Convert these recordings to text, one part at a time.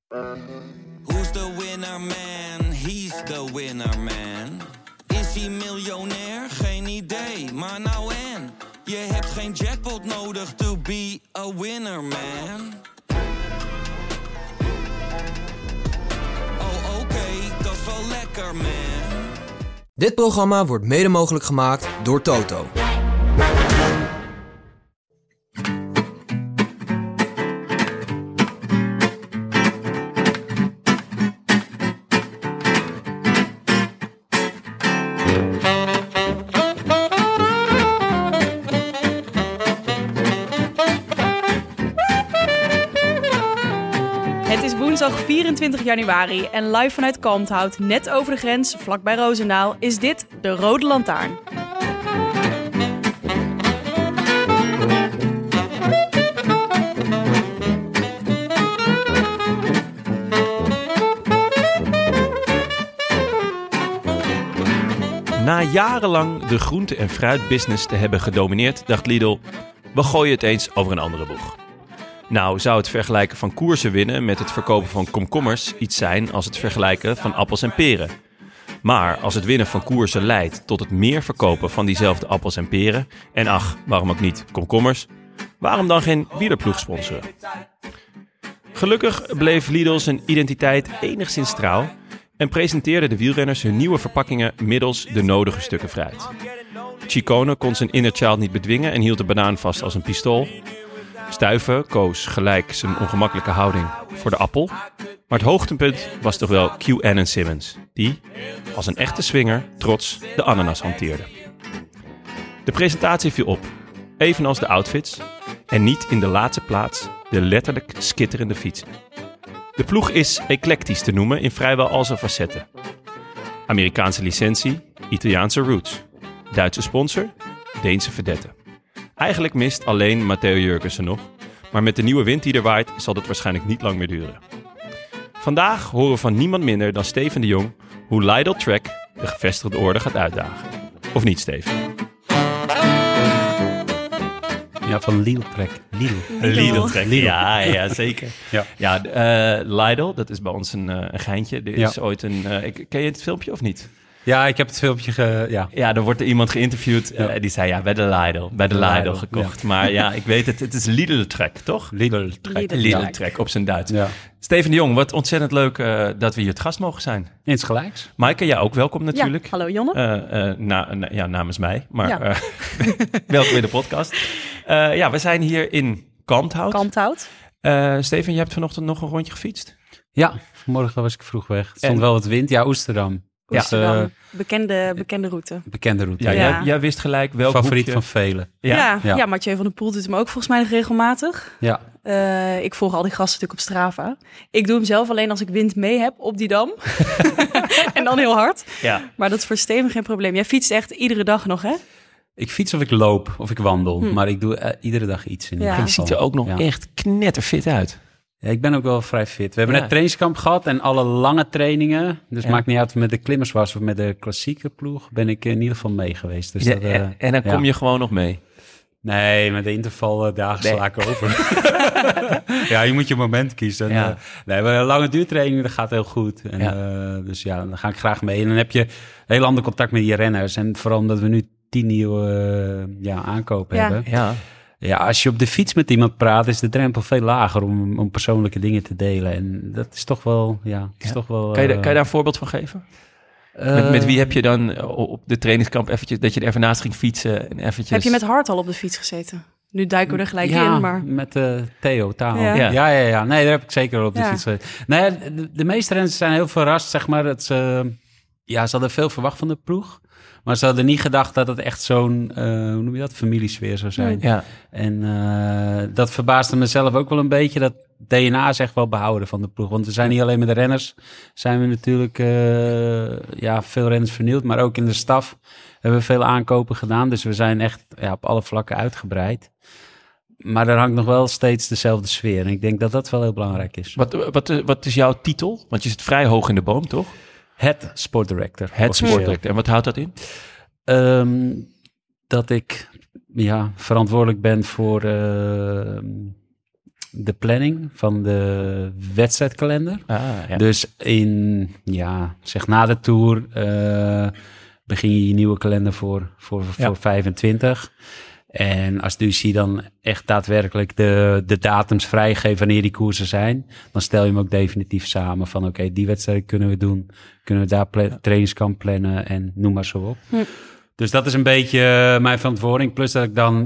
Who's the winner man? He's the winner man. Is hij miljonair? Geen idee, maar nou en. Je hebt geen jackpot nodig to be a winner man. Oh oké, dat is wel lekker man. Dit programma wordt mede mogelijk gemaakt door Toto. Het is woensdag 24 januari en live vanuit Kalmthout, net over de grens, vlakbij Roosendaal, is dit de Rode Lantaarn. Na jarenlang de groente- en fruitbusiness te hebben gedomineerd, dacht Lidl, we gooien het eens over een andere boeg. Nou zou het vergelijken van koersen winnen met het verkopen van komkommers iets zijn als het vergelijken van appels en peren. Maar als het winnen van koersen leidt tot het meer verkopen van diezelfde appels en peren, en ach, waarom ook niet komkommers, waarom dan geen wielerploeg sponsoren? Gelukkig bleef Lidl zijn identiteit enigszins trouw en presenteerden de wielrenners hun nieuwe verpakkingen middels de nodige stukken fruit. Ciccone kon zijn inner child niet bedwingen en hield de banaan vast als een pistool. Stuyven koos gelijk zijn ongemakkelijke houding voor de appel. Maar het hoogtepunt was toch wel QAnon Simmons, die, als een echte swinger, trots de ananas hanteerde. De presentatie viel op, evenals de outfits, en niet in de laatste plaats de letterlijk skitterende fietsen. De ploeg is eclectisch te noemen in vrijwel al zijn facetten. Amerikaanse licentie, Italiaanse roots. Duitse sponsor, Deense vedette. Eigenlijk mist alleen Matteo Jurgensen nog, maar met de nieuwe wind die er waait zal dat waarschijnlijk niet lang meer duren. Vandaag horen we van niemand minder dan Steven de Jong hoe Lidl Trek de gevestigde orde gaat uitdagen. Of niet, Steven? Ja, van Lidl Trek. Lidl Trek, ja zeker. Ja. Lidl, dat is bij ons een geintje. Er is ooit een... ken je het filmpje of niet? Ja, ik heb het filmpje Ja, dan wordt er iemand geïnterviewd die zei bij de Lidl gekocht. Ja. Maar ja, ik weet het is Lidl Trek, toch? Lidl Trek op zijn Duits. Ja. Steven de Jong, wat ontzettend leuk dat we hier het gast mogen zijn. Insgelijks. Maaike, jij ook welkom natuurlijk. Ja, hallo Jonne. Namens mij, maar welkom in de podcast. We zijn hier in Kalmthout. Steven, je hebt vanochtend nog een rondje gefietst? Ja, vanmorgen was ik vroeg weg. Het stond wel wat wind. Ja, Oesterdam. Bekende route. Bekende route. Ja. Jij wist gelijk welk favoriet boekje... van velen. Ja, Mathieu van der Poel doet hem ook volgens mij nog regelmatig. Ja. Ik volg al die gasten natuurlijk op Strava. Ik doe hem zelf alleen als ik wind mee heb op die dam. En dan heel hard. Ja. Maar dat is voor Steven geen probleem. Jij fietst echt iedere dag nog, hè? Ik fiets of ik loop of ik wandel. Maar ik doe iedere dag iets. In Je ziet er ook nog echt knetterfit uit. Ja, ik ben ook wel vrij fit. We hebben net trainingskamp gehad en alle lange trainingen. Dus maakt niet uit of het met de klimmers was of met de klassieke ploeg. Ben ik in ieder geval mee geweest. Dus en dan kom je gewoon nog mee? Nee, met de intervaldagen sla ik over. Ja, je moet je moment kiezen. Ja. We hebben een lange duurtraining, dat gaat heel goed. En, dus dan ga ik graag mee. En dan heb je een heel ander contact met die renners. En vooral omdat we nu 10 nieuwe aankopen hebben. Ja. Ja, als je op de fiets met iemand praat, is de drempel veel lager om persoonlijke dingen te delen. En dat is toch wel, toch wel... Kan je daar een voorbeeld van geven? Met wie heb je dan op de trainingskamp eventjes, dat je er even naast ging fietsen en eventjes... Heb je met Hart al op de fiets gezeten? Nu duiken we er gelijk in, maar... met Theo Taal. Ja. Nee, daar heb ik zeker op de fiets gezeten. Nee, de meeste renners zijn heel verrast, zeg maar. Dat ze hadden veel verwacht van de ploeg. Maar ze hadden niet gedacht dat het echt zo'n, hoe noem je dat, familiesfeer zou zijn. Ja. En dat verbaasde mezelf ook wel een beetje. Dat DNA is echt wel behouden van de ploeg. Want we zijn niet alleen met de renners. Zijn we natuurlijk veel renners vernieuwd. Maar ook in de staf hebben we veel aankopen gedaan. Dus we zijn echt op alle vlakken uitgebreid. Maar er hangt nog wel steeds dezelfde sfeer. En ik denk dat dat wel heel belangrijk is. Wat is jouw titel? Want je zit vrij hoog in de boom, toch? Het sportdirector. Het sportdirector. En wat houdt dat in? Dat ik verantwoordelijk ben voor de planning van de wedstrijdkalender. Dus na de Tour begin je nieuwe kalender voor 25. En als de UCI dan echt daadwerkelijk de datums vrijgeeft wanneer die koersen zijn, dan stel je hem ook definitief samen van oké, die wedstrijd kunnen we doen. Kunnen we daar trainingskamp plannen en noem maar zo op. Dus dat is een beetje mijn verantwoording. Plus dat ik dan,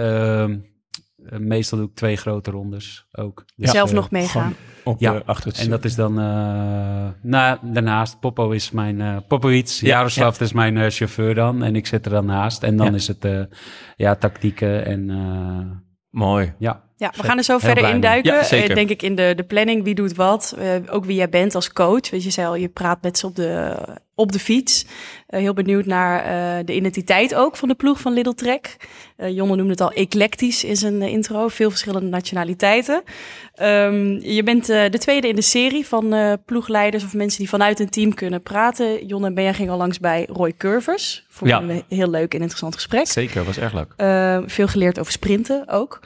meestal doe ik 2 grote rondes ook. Dus, zelf nog meegaan. Achter het en dat is dan daarnaast. Poppo is mijn Popovic. Jaroslav is mijn chauffeur dan. En ik zit er dan naast. En dan is het tactieken en... Mooi. Ja, we gaan er zo verder induiken. Ja, zeker. Denk ik in de planning, wie doet wat. Ook wie jij bent als coach. Weet je, zei al, je praat met ze op de fiets. Heel benieuwd naar de identiteit ook van de ploeg van Lidl Trek. Jonne noemde het al eclectisch in zijn intro. Veel verschillende nationaliteiten. Je bent de tweede in de serie van ploegleiders of mensen die vanuit een team kunnen praten. Jonne en Benja gingen al langs bij Roy Curvers. Vond ik een heel leuk en interessant gesprek. Zeker, was erg leuk. Veel geleerd over sprinten ook.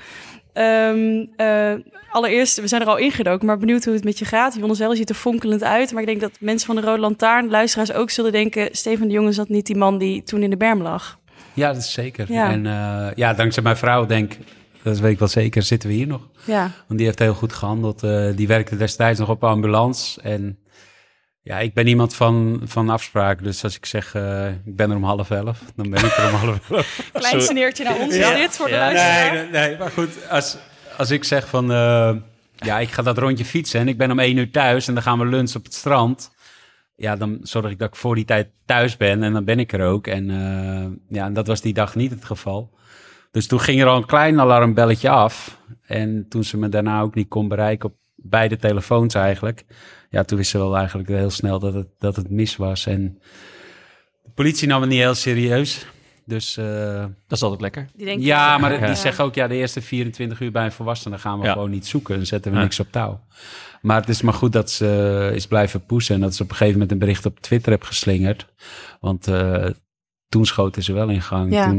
Allereerst, we zijn er al ingedoken, maar benieuwd hoe het met je gaat. Jonne zelf ziet er fonkelend uit, maar ik denk dat mensen van de Rode Lantaarn, luisteraars ook zullen denken, Steven de Jong is dat niet die man die toen in de berm lag? Ja, dat is zeker. Ja. En dankzij mijn vrouw dat weet ik wel zeker, zitten we hier nog. Ja. Want die heeft heel goed gehandeld. Die werkte destijds nog op ambulance en ja, ik ben iemand van afspraak. Dus als ik zeg, ik ben er om 10:30, dan ben ik er om 11:30. Klein sneertje naar ons is dit voor de luisteraar. Nee, maar goed, als ik zeg van, ik ga dat rondje fietsen en ik ben om 1:00 thuis en dan gaan we lunchen op het strand. Ja, dan zorg ik dat ik voor die tijd thuis ben en dan ben ik er ook. En dat was die dag niet het geval. Dus toen ging er al een klein alarmbelletje af. En toen ze me daarna ook niet kon bereiken op beide telefoons eigenlijk. Ja, toen wist ze wel eigenlijk heel snel dat het mis was. En de politie nam het niet heel serieus. Dus, dat is altijd lekker. Die zeggen ook, de eerste 24 uur bij een volwassene gaan we gewoon niet zoeken. Dan zetten we niks op touw. Maar het is maar goed dat ze is blijven pushen. En dat ze op een gegeven moment een bericht op Twitter heb geslingerd. Want toen schoten ze wel in gang. Ja. Toen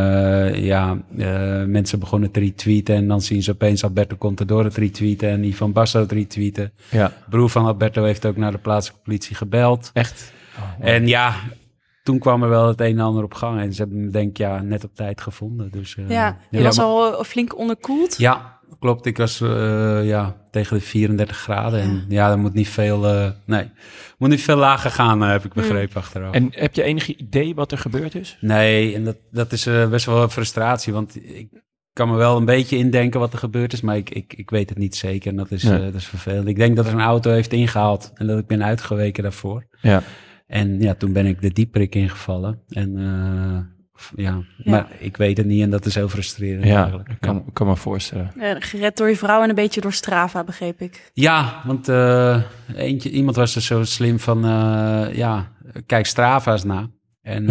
mensen begonnen te retweeten. En dan zien ze opeens Alberto Contador het retweeten. En Ivan Basso het retweeten. Ja. Broer van Alberto heeft ook naar de plaatselijke politie gebeld. Echt? Oh, en toen kwam er wel het een en ander op gang. En ze hebben me denk ik net op tijd gevonden. Dus, je was al flink onderkoeld? Ja, klopt. Ik was tegen de 34 graden. En er moet niet veel... moet niet veel lager gaan, heb ik begrepen achteraf. En heb je enig idee wat er gebeurd is? Nee, en dat is best wel een frustratie. Want ik kan me wel een beetje indenken wat er gebeurd is. Maar ik weet het niet zeker. En dat is vervelend. Ik denk dat er een auto heeft ingehaald. En dat ik ben uitgeweken daarvoor. Ja. En toen ben ik de dieperik ingevallen. En maar ik weet het niet en dat is heel frustrerend eigenlijk. Ik kan me voorstellen. Gered door je vrouw en een beetje door Strava, begreep ik. Ja, want iemand was er zo slim van, kijk Strava's na. En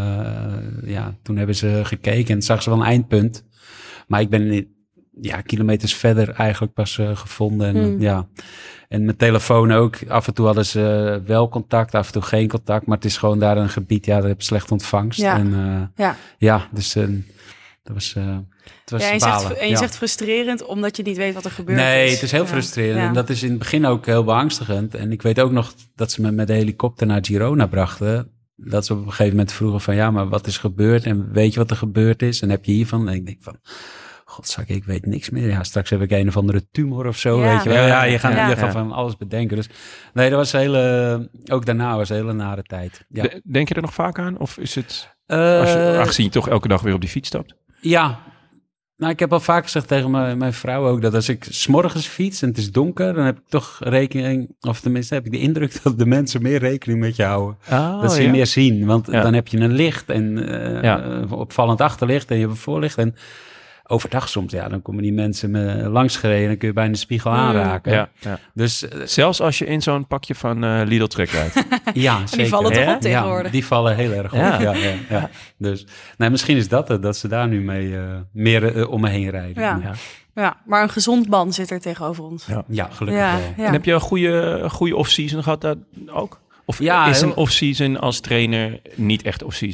toen hebben ze gekeken en zag ze wel een eindpunt. Maar ik ben kilometers verder eigenlijk pas gevonden. En en mijn telefoon ook. Af en toe hadden ze wel contact, af en toe geen contact. Maar het is gewoon daar een gebied, daar heb je slecht ontvangst. Ja. En dus dat was balen. En je zegt frustrerend, omdat je niet weet wat er gebeurt. Nee, het is heel frustrerend. Ja. En dat is in het begin ook heel beangstigend. En ik weet ook nog dat ze me met de helikopter naar Girona brachten. Dat ze op een gegeven moment vroegen van, maar wat is gebeurd? En weet je wat er gebeurd is? En heb je hiervan? En ik denk van... Godzak, ik weet niks meer. Ja, straks heb ik een of andere tumor of zo, weet je wel. Ja, je gaat van alles bedenken. Dus nee, dat was ook daarna was een hele nare tijd. Ja. Denk je er nog vaak aan? Of is het, aangezien je toch elke dag weer op die fiets stapt? Ja, ik heb al vaak gezegd tegen mijn vrouw ook, dat als ik 's morgens fiets en het is donker, dan heb ik toch rekening, of tenminste heb ik de indruk dat de mensen meer rekening met je houden. Dat ze je meer zien, want dan heb je een licht en opvallend achterlicht en je hebt een voorlicht en... Overdag soms, dan komen die mensen langs gereden en dan kun je bijna de spiegel aanraken. Ja. Dus, zelfs als je in zo'n pakje van Lidl Trek rijdt. Ja, zeker. Die vallen toch op tegenwoordig? Ja, die vallen heel erg op. Ja. Dus misschien is dat ze daar nu mee meer om me heen rijden. Ja, maar een gezond man zit er tegenover ons. Ja, gelukkig wel. Ja. En heb je een goede off-season gehad daar ook? Of is een off-season als trainer niet echt off-season?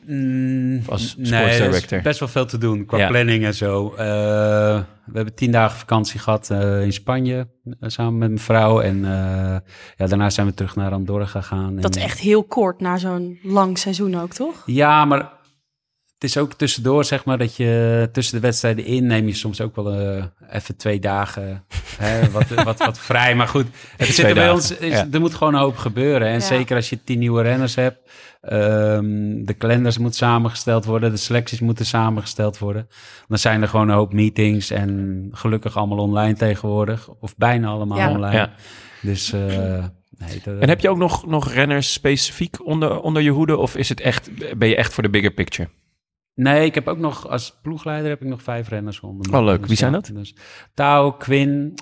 Als sportsdirector? Er is best wel veel te doen qua planning en zo. We hebben 10 dagen vakantie gehad in Spanje samen met mijn vrouw. En daarna zijn we terug naar Andorra gegaan. Dat is echt heel kort na zo'n lang seizoen ook, toch? Ja, maar het is ook tussendoor, zeg maar, dat je tussen de wedstrijden in neem je soms ook wel even 2 dagen wat vrij. Maar goed, het zit er bij ons, er moet gewoon een hoop gebeuren. En zeker als je 10 nieuwe renners hebt. De kalenders moeten samengesteld worden, de selecties moeten samengesteld worden. Dan zijn er gewoon een hoop meetings en gelukkig allemaal online tegenwoordig. Of bijna allemaal online. Ja. Dus... En heb je ook nog renners specifiek onder je hoede? Of is het ben je echt voor de bigger picture? Nee, ik heb ook nog als ploegleider heb ik nog 5 renners onder me. Oh, leuk. Wie zijn dat? Dus Tao, Quinn...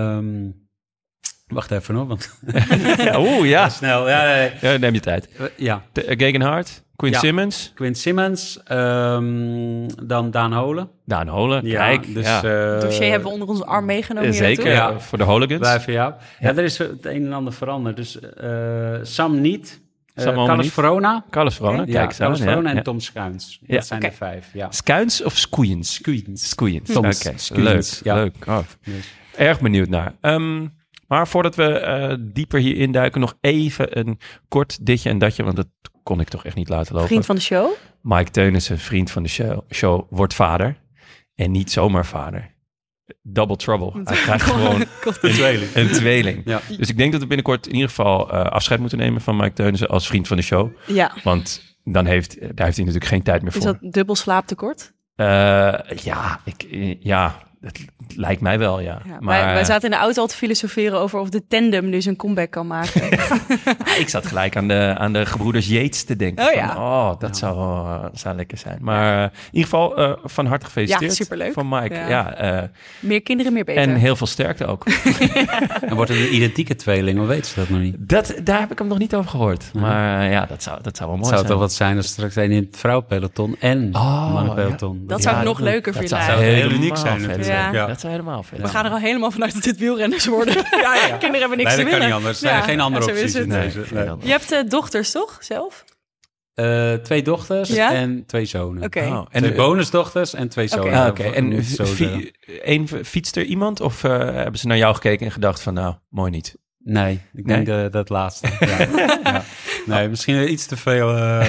wacht even hoor, want... Snel. Ja, neem je tijd. Gegenhardt, Quinn Simmons. Dan Daan Holen. Daan Holen, kijk. Dus, het dossier hebben we onder onze arm meegenomen. Zeker, voor de Hooligans. Blijven, ja, er is het een en ander veranderd. Dus Sam niet. Carlos Verona. Carlos Verona, kijk. Carlos Verona en Tom Schuins. Dat zijn de 5, Skuins of Skoeiens? Skoeiens. Leuk. Oh. Dus. Erg benieuwd naar. Maar voordat we dieper hier induiken, nog even een kort ditje en datje, want dat kon ik toch echt niet laten lopen. Vriend van de show? Mike Teunissen, vriend van de show, wordt vader. En niet zomaar vader. Double trouble. Hij krijgt gewoon een tweeling. Ja. Dus ik denk dat we binnenkort in ieder geval afscheid moeten nemen van Mike Teunissen als vriend van de show. Ja. Want daar heeft hij natuurlijk geen tijd meer voor. Is dat dubbel slaaptekort? Het lijkt mij wel, ja. Maar wij zaten in de auto al te filosoferen over of de tandem dus een comeback kan maken. Ik zat gelijk aan de gebroeders Yates te denken. Dat zou lekker zijn. Maar in ieder geval van harte gefeliciteerd. Ja, superleuk. Van Mike. Meer kinderen, meer beter. En heel veel sterkte ook. En wordt het een identieke tweeling, of weet ze dat nog niet? Daar heb ik hem nog niet over gehoord. Maar dat zou wel mooi zijn. Zou het toch wat zijn als straks een in het vrouwenpeloton en mannenpeloton. Dat zou ik nog leuker vinden. Dat zou heel uniek zijn. Ja. Dat zou helemaal vet. We gaan er al helemaal vanuit dat dit wielrenners worden. Kinderen hebben niks te willen. Dat kan niet anders. Er zijn geen andere opties. Je hebt dochters, toch? Zelf? 2 dochters en 2 zonen. Okay. En 2 bonusdochters en 2 zonen. Okay. En fietst er iemand? Of hebben ze naar jou gekeken en gedacht van, nou, mooi niet? Nee, ik denk dat laatste. Nee, misschien iets te veel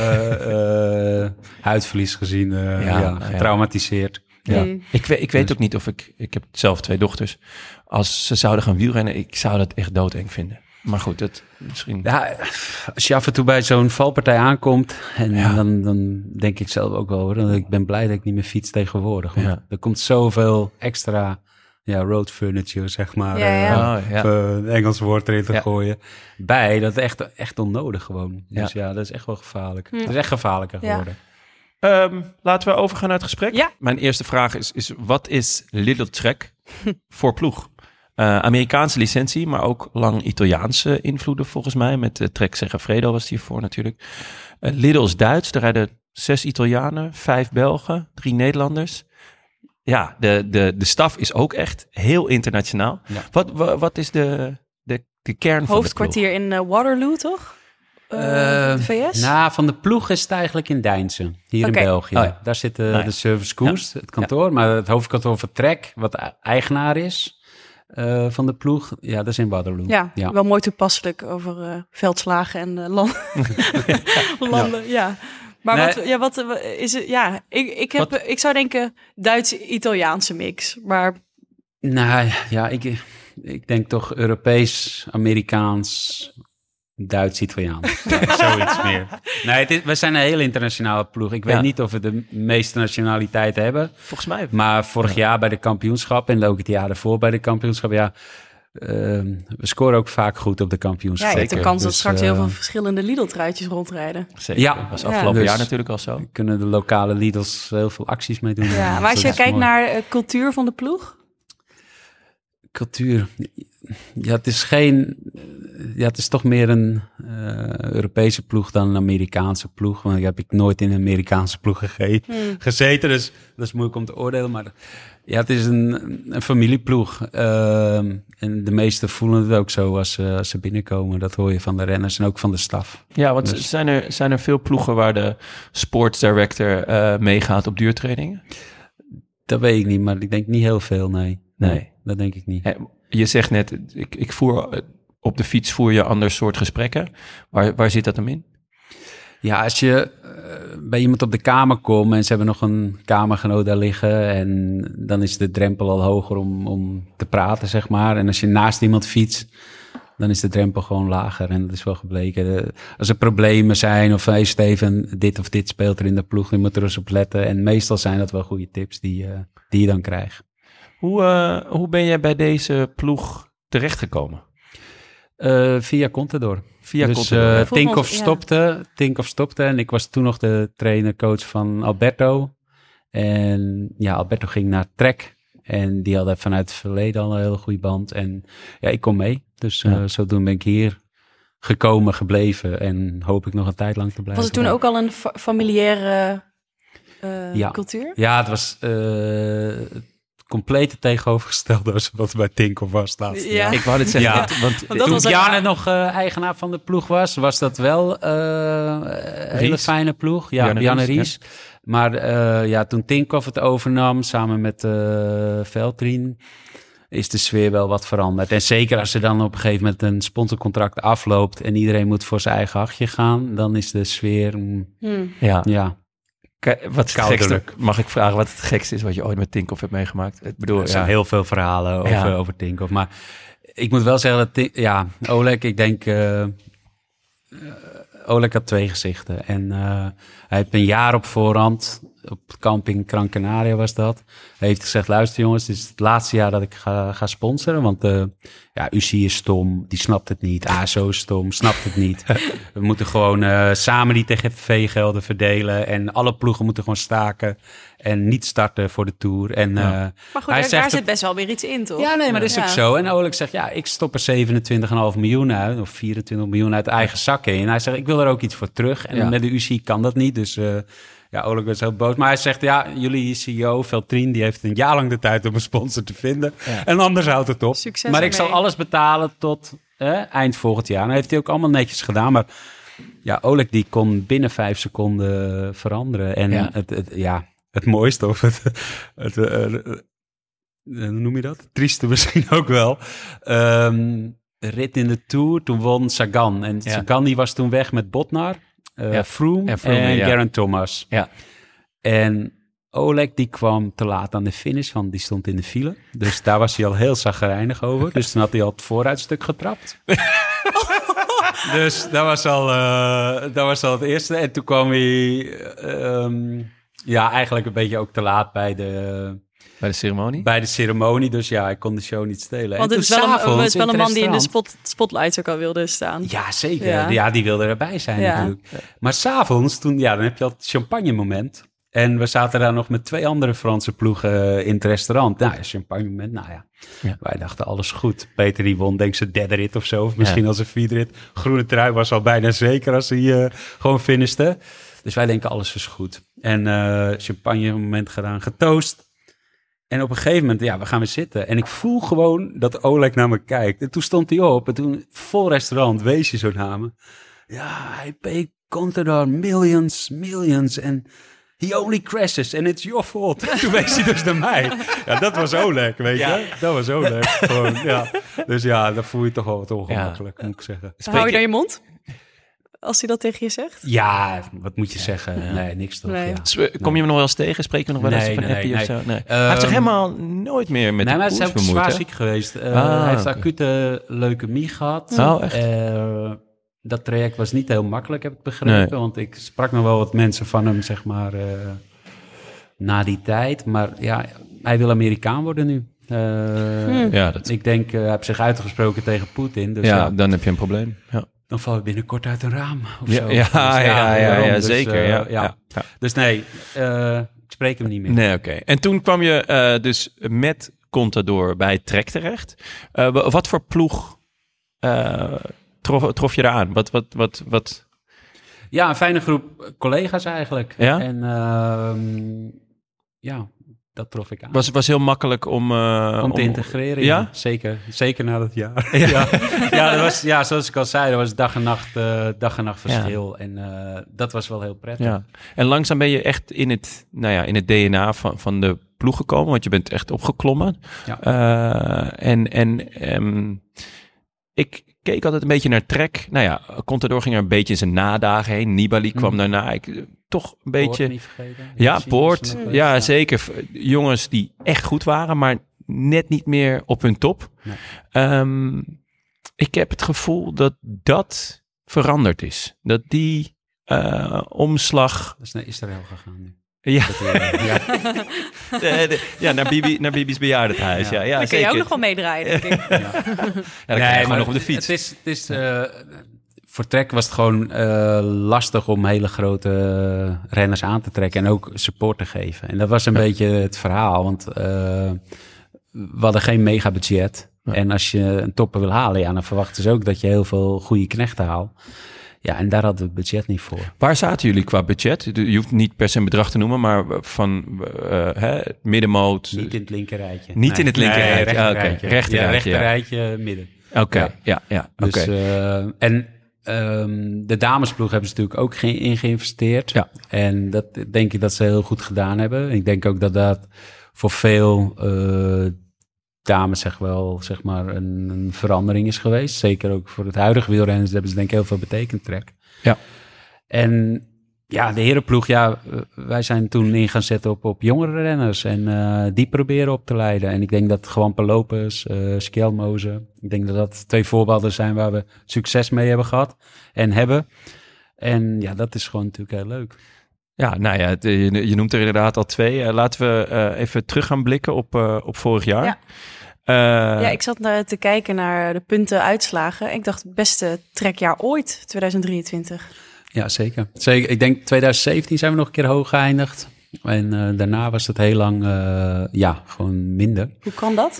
huidverlies gezien. Getraumatiseerd. Ja. Ik weet ook niet of ik heb zelf 2 dochters. Als ze zouden gaan wielrennen, ik zou dat echt doodeng vinden. Maar goed, dat misschien... Ja, als je af en toe bij zo'n valpartij aankomt... en dan denk ik zelf ook wel, hoor. Ik ben blij dat ik niet meer fiets tegenwoordig. Want er komt zoveel extra road furniture, zeg maar. Een Engels woord erin te gooien. Dat is echt onnodig gewoon. Dus dat is echt wel gevaarlijk. Het is echt gevaarlijker geworden. Laten we overgaan naar het gesprek. Ja. Mijn eerste vraag is wat is Lidl Trek voor ploeg? Amerikaanse licentie, maar ook lang Italiaanse invloeden volgens mij. Met Trek Segafredo was die voor natuurlijk. Lidl is Duits, er rijden 6 Italianen, 5 Belgen, 3 Nederlanders. Ja, de staf is ook echt heel internationaal. Ja. Wat is de kern van hoofdkwartier in Waterloo, toch? De VS? Van de ploeg is het eigenlijk in Deinze, hier in België. Daar zit de Service Koers, het kantoor. Maar het hoofdkantoor van Trek, wat eigenaar is van de ploeg, dat is in Waterloo. Ja, wel mooi toepasselijk over veldslagen en landen. Ja. Maar wat is het? Ja, ik zou denken Duits-Italiaanse mix, maar... Nou ja, ik denk toch Europees, Amerikaans... Duits-Italiaans. Zoiets meer. Nee, we zijn een hele internationale ploeg. Ik weet niet of we de meeste nationaliteiten hebben. Volgens mij. Maar vorig jaar bij de kampioenschap en ook het jaar daarvoor bij de kampioenschap, we scoren ook vaak goed op de kampioenschap. Ja, je hebt de kans dat straks heel veel verschillende Lidl-truitjes rondrijden. Zeker. Ja. Dat was afgelopen jaar natuurlijk al zo. Kunnen de lokale Lidls heel veel acties mee doen. Ja, maar als je kijkt naar cultuur van de ploeg? Cultuur... Ja, het is toch meer een Europese ploeg dan een Amerikaanse ploeg. Want ik heb nooit in een Amerikaanse ploeg gezeten. Dus dat is moeilijk om te oordelen. Maar ja, het is een familieploeg. En de meesten voelen het ook zo als ze binnenkomen. Dat hoor je van de renners en ook van de staf. Ja, want dus zijn er veel ploegen waar de sportsdirector meegaat op duurtrainingen? Dat weet ik niet, maar ik denk niet heel veel, nee. Dat denk ik niet. Je zegt net, ik voer op de fiets voer je ander soort gesprekken. Waar zit dat dan in? Ja, als je bij iemand op de kamer komt en ze hebben nog een kamergenoot daar liggen en dan is de drempel al hoger om te praten, zeg maar. En als je naast iemand fietst, dan is de drempel gewoon lager. En dat is wel gebleken. Als er problemen zijn of is het even dit of dit speelt er in de ploeg, je moet er eens op letten. En meestal zijn dat wel goede tips die je dan krijgt. Hoe ben jij bij deze ploeg terechtgekomen? Via Contador. Dus Tinkoff stopte en ik was toen nog de trainer-coach van Alberto. En ja, Alberto ging naar Trek. En die hadden vanuit het verleden al een hele goede band. En ja, ik kom mee. Dus zodoende ben ik hier gekomen, gebleven. En hoop ik nog een tijd lang te blijven. Was het toen ook al een familiaire cultuur? Ja, het was complete tegenovergestelde als wat bij Tinkoff was laatst. Ja. Ik wou dit zeggen. Want toen Bjarne nog eigenaar van de ploeg was dat wel een hele fijne ploeg. Ja, Bjarne Ries. Ja. Maar toen Tinkoff het overnam, samen met Veltrin, is de sfeer wel wat veranderd. En zeker als er dan op een gegeven moment een sponsorcontract afloopt en iedereen moet voor zijn eigen hachje gaan, dan is de sfeer... Ja. Wat het gekste, mag ik vragen wat het gekste is wat je ooit met Tinkoff hebt meegemaakt? Ik bedoel, er zijn heel veel verhalen over Tinkoff. Maar ik moet wel zeggen dat Oleg, ik denk... Oleg had 2 gezichten. En hij heeft een jaar op voorhand, op camping Gran Canaria was dat, heeft gezegd, luister jongens, dit is het laatste jaar dat ik ga sponsoren. Want UCI is stom, die snapt het niet. ASO is stom, snapt het niet. We moeten gewoon samen die TGV-gelden verdelen. En alle ploegen moeten gewoon staken en niet starten voor de Tour. En, maar goed, daar zit best wel weer iets in, toch? Ja, nee, maar dat is ook zo. En Oleg zegt, ik stop er 27,5 miljoen uit, of 24 miljoen uit eigen zak in. En hij zegt, ik wil er ook iets voor terug. En met de UCI kan dat niet, dus... Oleg was heel boos. Maar hij zegt, jullie CEO, Veltrin, die heeft een jaar lang de tijd om een sponsor te vinden. Ja. En anders houdt het op. Succes maar ik zal alles betalen tot eind volgend jaar. En dat heeft hij ook allemaal netjes gedaan. Maar Oleg die kon binnen 5 seconden veranderen. En het mooiste of hoe noem je dat? Trieste misschien ook wel. Rit in de Tour, toen won Sagan. En Sagan die was toen weg met Botnar. Froome en Geraint Thomas. Ja. En Oleg die kwam te laat aan de finish, want die stond in de file. Dus daar was hij al heel chagrijnig over. Dus toen had hij al het vooruitstuk getrapt. Dus dat was al het eerste. En toen kwam hij eigenlijk een beetje ook te laat bij de ceremonie? Bij de ceremonie, dus hij kon de show niet stelen. Want het is wel een man die in de spotlights ook al wilde staan. Ja, zeker. Ja, die wilde erbij zijn natuurlijk. Ja. Maar s'avonds, dan heb je al het champagne moment. En we zaten daar nog met 2 andere Franse ploegen in het restaurant. Champagne moment, wij dachten alles goed. Peter die won, denk ik, zijn 3e rit of zo. Of misschien al zijn 4e rit. Groene trui was al bijna zeker als hij gewoon finishte. Dus wij denken alles is goed. En champagne moment gedaan, getoost. En op een gegeven moment, we gaan weer zitten. En ik voel gewoon dat Oleg naar me kijkt. En toen stond hij op. En toen, vol restaurant, wees je zo naar me. Hij paid Contador millions. En he only crashes. And it's your fault. Toen wees hij dus naar mij. Ja, dat was Oleg, weet je. Dat was Oleg. Gewoon, Dus dan voel je toch wel wat ongemakkelijk, moet ik zeggen. Hou je dan je mond? Als hij dat tegen je zegt? Ja, wat moet je zeggen? Ja. Nee, niks toch. Nee. Ja. Kom je hem nog wel eens tegen? Spreken we nog wel eens van Happy of zo? Nee. Hij heeft zich helemaal nooit meer met de koers bemoeid. Hij is zwaar ziek geweest. Hij heeft acute leukemie gehad. Oh, echt? Dat traject was niet heel makkelijk, heb ik begrepen. Nee. Want ik sprak nog wel wat mensen van hem, zeg maar, na die tijd. Maar hij wil Amerikaan worden nu. Ik denk, hij heeft zich uitgesproken tegen Poetin. Dus dan heb je een probleem. Ja. Dan val je binnenkort uit een raam of zo. Ja, zeker. Dus nee, ik spreek hem niet meer. Nee, oké. En toen kwam je dus met Contador bij Trek terecht. Wat voor ploeg trof je eraan? Wat? Ja, een fijne groep collega's eigenlijk. Ja? En dat trof ik aan. Was heel makkelijk om te integreren. Ja? Zeker na dat jaar. Dat was, zoals ik al zei, dat was dag en nacht verschil. Ja. En dat was wel heel prettig. Ja. En langzaam ben je echt in het DNA van de ploeg gekomen, want je bent echt opgeklommen. Ja. Ik keek altijd een beetje naar Trek. Nou ja, Contador ging er een beetje in zijn nadagen heen. Nibali kwam daarna. Toch een beetje... niet vergeten. Ja, Poort. Ja, zeker. Jongens die echt goed waren, maar net niet meer op hun top. Nee. Ik heb het gevoel dat veranderd is. Dat die omslag... Dat is naar Israël gegaan nu. Ja, naar Bibi's bejaardenhuis. Ja, dan kun zeker. je ook nog wel meedraaien, denk ik. Dan krijg je gewoon nog op de fiets. Het is voor Trek was het gewoon lastig om hele grote renners aan te trekken en ook support te geven. En dat was een beetje het verhaal, want we hadden geen mega budget. Ja. En als je een topper wil halen, dan verwachten ze ook dat je heel veel goede knechten haalt. Ja, en daar hadden we het budget niet voor. Waar zaten jullie qua budget? Je hoeft niet per se een bedrag te noemen, maar van middenmoot... Niet in het linkerrijtje. Niet in het linkerrijtje. Rechterrijtje, midden. Oké. Dus, en de damesploeg hebben ze natuurlijk ook in geïnvesteerd. Ja. En dat denk ik dat ze heel goed gedaan hebben. Ik denk ook dat voor veel dames zeg maar een verandering is geweest. Zeker ook voor het huidige wielrennen hebben ze denk ik heel veel betekend, Trek. Ja. En ja, de herenploeg, wij zijn toen in gaan zetten op jongere renners en die proberen op te leiden. En ik denk dat gewoon Lopez, Skjelmoze, ik denk dat 2 voorbeelden zijn waar we succes mee hebben gehad en hebben. En ja, dat is gewoon natuurlijk heel leuk. Ja, nou ja, je noemt er inderdaad al 2. Laten we even terug gaan blikken op vorig jaar. Ja. Ik zat te kijken naar de puntenuitslagen. Ik dacht, het beste trekjaar ooit, 2023. Ja, zeker. Ik denk 2017 zijn we nog een keer hoog geëindigd. En daarna was het heel lang gewoon minder. Hoe kan dat?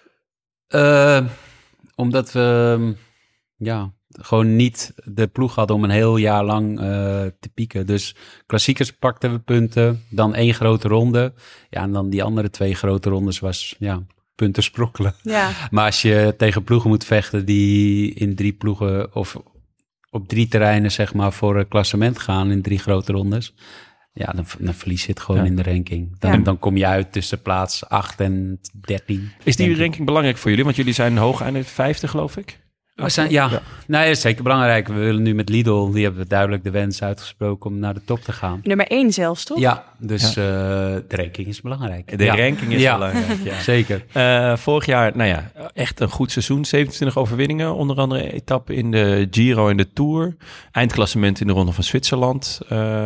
Omdat we gewoon niet de ploeg hadden om een heel jaar lang te pieken. Dus klassiekers pakten we punten, dan 1 grote ronde. Ja, en dan die andere 2 grote rondes was punten sprokkelen. Ja. Maar als je tegen ploegen moet vechten die in 3 ploegen of op 3 terreinen zeg maar voor een klassement gaan in 3 grote rondes, ja, dan verlies je het gewoon in de ranking. Dan kom je uit tussen plaats 8 en 13. Is die ranking belangrijk voor jullie? Want jullie zijn hoog aan de 50, geloof ik. We zijn, nee, dat is zeker belangrijk. We willen nu met Lidl, die hebben duidelijk de wens uitgesproken om naar de top te gaan. Nummer 1 zelfs, toch? Ja, dus de ranking is belangrijk. De ranking is belangrijk, ja. Zeker. Vorig jaar, echt een goed seizoen. 27 overwinningen, onder andere etappe in de Giro en de Tour. Eindklassement in de Ronde van Zwitserland.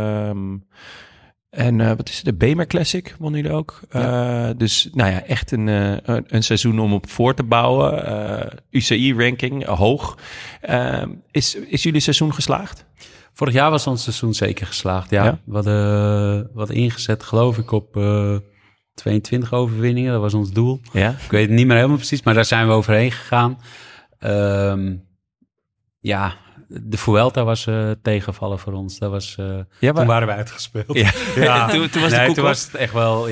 En wat is het? De Bemer Classic won jullie ook. Dus echt een seizoen om op voor te bouwen. UCI-ranking, hoog. Is jullie seizoen geslaagd? Vorig jaar was ons seizoen zeker geslaagd, ja. We hadden ingezet, geloof ik, op 22 overwinningen. Dat was ons doel. Ja. Ik weet het niet meer helemaal precies, maar daar zijn we overheen gegaan. De Vuelta was tegenvallen voor ons. Dat was, toen waren we uitgespeeld. Ja. Toen was toen was het echt wel,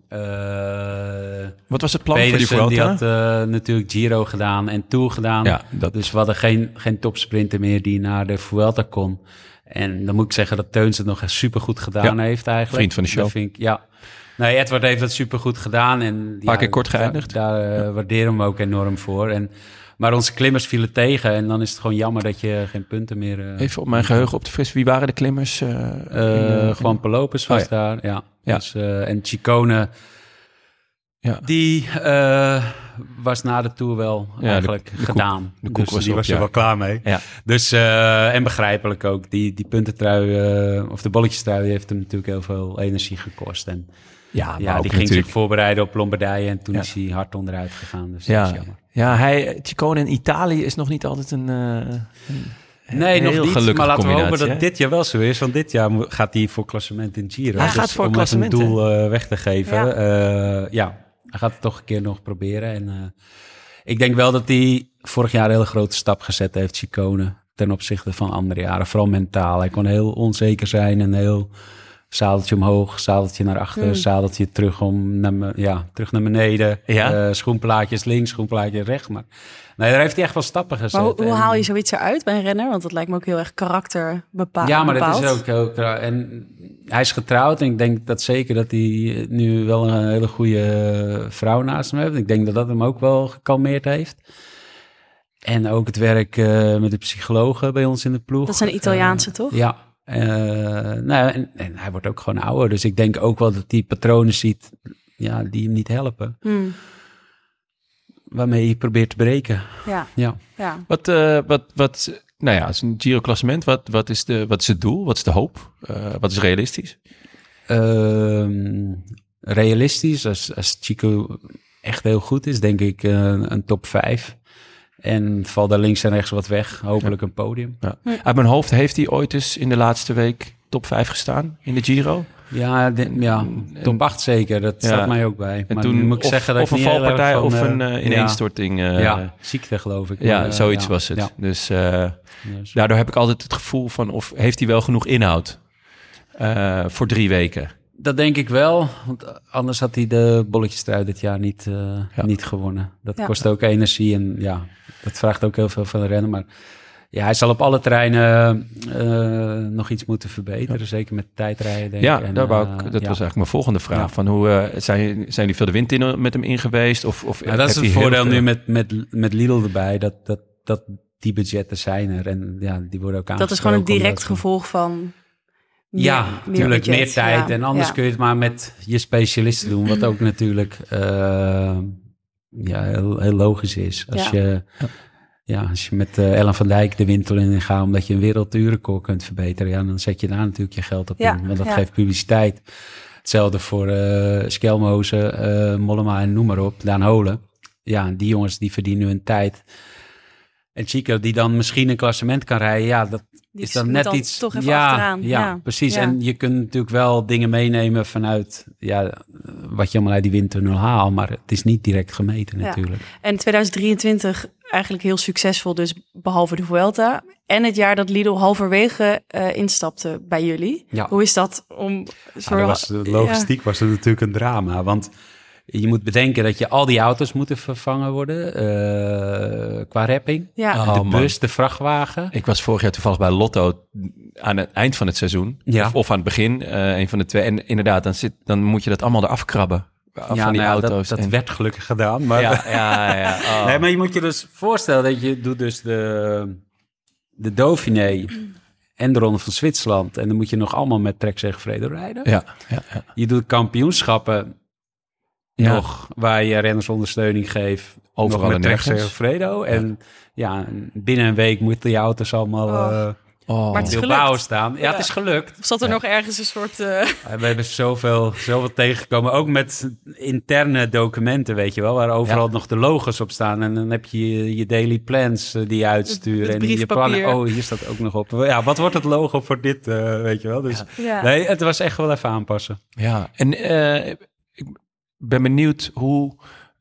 wat was het plan Pedersen, voor die Vuelta? Die had natuurlijk Giro gedaan en Tour gedaan. Ja, dus we hadden geen topsprinter meer die naar de Vuelta kon. En dan moet ik zeggen dat Teuns het nog echt supergoed gedaan heeft eigenlijk. Vriend van de show. Dat vind ik, Nee, Edward heeft dat supergoed gedaan. Een paar keer kort geëindigd. Daar waarderen we hem ook enorm voor. Maar onze klimmers vielen tegen en dan is het gewoon jammer dat je geen punten meer... Even op mijn geheugen op te frissen. Wie waren de klimmers? Gewoon Lopez was daar, ja. Dus, en Ciccone, die was na de Tour wel eigenlijk gedaan. De koek was die was er wel klaar mee. Ja. Dus, en begrijpelijk ook, die puntentrui, of de bolletjestrui, die heeft hem natuurlijk heel veel energie gekost. En die ging zich voorbereiden op Lombardije en toen is hij hard onderuit gegaan. Dus dat is jammer. Ja, Ciccone in Italië is nog niet altijd een nee, nog niet, maar laten we hopen dat hè? dit jaar wel zo is. Want dit jaar gaat hij voor klassement in Giro. Hij gaat voor om klassement, een doel weg te geven. Hij gaat het toch een keer nog proberen. En ik denk wel dat hij vorig jaar een hele grote stap gezet heeft, Ciccone, ten opzichte van andere jaren. Vooral mentaal. Hij kon heel onzeker zijn en heel zadeltje omhoog, zadeltje naar achter, zadeltje terug naar beneden. Ja? Schoenplaatjes links, schoenplaatjes rechts. Maar nee, daar heeft hij echt wel stappen gezet. Maar hoe haal je zoiets eruit bij een renner? Want dat lijkt me ook heel erg karakter bepaald. Ja, maar dat is ook en hij is getrouwd en ik denk dat zeker dat hij nu wel een hele goede vrouw naast hem heeft. Ik denk dat dat hem ook wel gekalmeerd heeft. En ook het werk met de psychologen bij ons in de ploeg. Dat zijn Italiaanse, toch? Ja. En hij wordt ook gewoon ouder. Dus ik denk ook wel dat hij patronen ziet die hem niet helpen. Waarmee hij probeert te breken. Ja. Als een Giro-klassement, wat is het doel? Wat is de hoop? Wat is realistisch? Realistisch, als Chico echt heel goed is, denk ik een top 5. En valt daar links en rechts wat weg. Hopelijk een podium. Ja. Uit mijn hoofd heeft hij ooit eens in de laatste week top 5 gestaan in de Giro? Ja, top 8 zeker. Dat staat mij ook bij. En maar toen moet ik zeggen dat een valpartij of een ineenstorting. Ziekte geloof ik. Ja, zoiets was het. Ja. Dus daardoor heb ik altijd het gevoel van of heeft hij wel genoeg inhoud voor 3 weken? Dat denk ik wel, want anders had hij de bolletjestrui dit jaar niet gewonnen. Dat kost ook energie en dat vraagt ook heel veel van de rennen. Maar hij zal op alle terreinen nog iets moeten verbeteren, zeker met tijdrijden. Denk ik. En, dat was eigenlijk mijn volgende vraag. Ja. Van hoe zijn jullie veel de wind in met hem in geweest? Of dat is het voordeel nu met Lidl erbij, dat die budgetten zijn er en die worden ook aangesproken. Dat is gewoon een direct gevolg van... natuurlijk meer tijd. En anders kun je het maar met je specialisten doen. Wat ook natuurlijk heel logisch is. Als je met Ellen van Dijk de winter in gaat... omdat je een werelduurrecord kunt verbeteren... dan zet je daar natuurlijk je geld op in. Want dat geeft publiciteit. Hetzelfde voor Skelmozen, Mollema en noem maar op. Daan Holen. Ja, die jongens die verdienen hun tijd. En Chico die dan misschien een klassement kan rijden... dat is dan net iets... toch even achteraan. Ja, precies. Ja. En je kunt natuurlijk wel dingen meenemen vanuit... wat je allemaal uit die windtunnel haalt. Maar het is niet direct gemeten natuurlijk. En 2023 eigenlijk heel succesvol dus, behalve de Vuelta. En het jaar dat Lidl halverwege instapte bij jullie. Ja. Hoe is dat om... de logistiek was er natuurlijk een drama, want... Je moet bedenken dat je al die auto's moeten vervangen worden qua rapping. Ja. De bus, de vrachtwagen. Ik was vorig jaar toevallig bij Lotto aan het eind van het seizoen. Ja. Of aan het begin, een van de twee. En inderdaad, dan moet je dat allemaal eraf krabben. Van die auto's. Dat werd gelukkig gedaan. Maar Oh. Nee, maar je moet je dus voorstellen dat je doet dus de Dauphiné en de Ronde van Zwitserland. En dan moet je nog allemaal met Trek Segafredo rijden. Ja. Je doet kampioenschappen... nog waar je rennersondersteuning geeft. Overal met Trek Segafredo. En binnen een week moeten die auto's allemaal maar het is gelukt. Staan. Ja, het is gelukt. Of zat er nog ergens een soort... We hebben zoveel tegengekomen. Ook met interne documenten, weet je wel. Waar overal nog de logos op staan. En dan heb je je daily plans die je uitsturen. Het en je plannen. Hier staat ook nog op. Ja, wat wordt het logo voor dit, weet je wel. Dus nee, het was echt wel even aanpassen. Ja, en... ik ben benieuwd hoe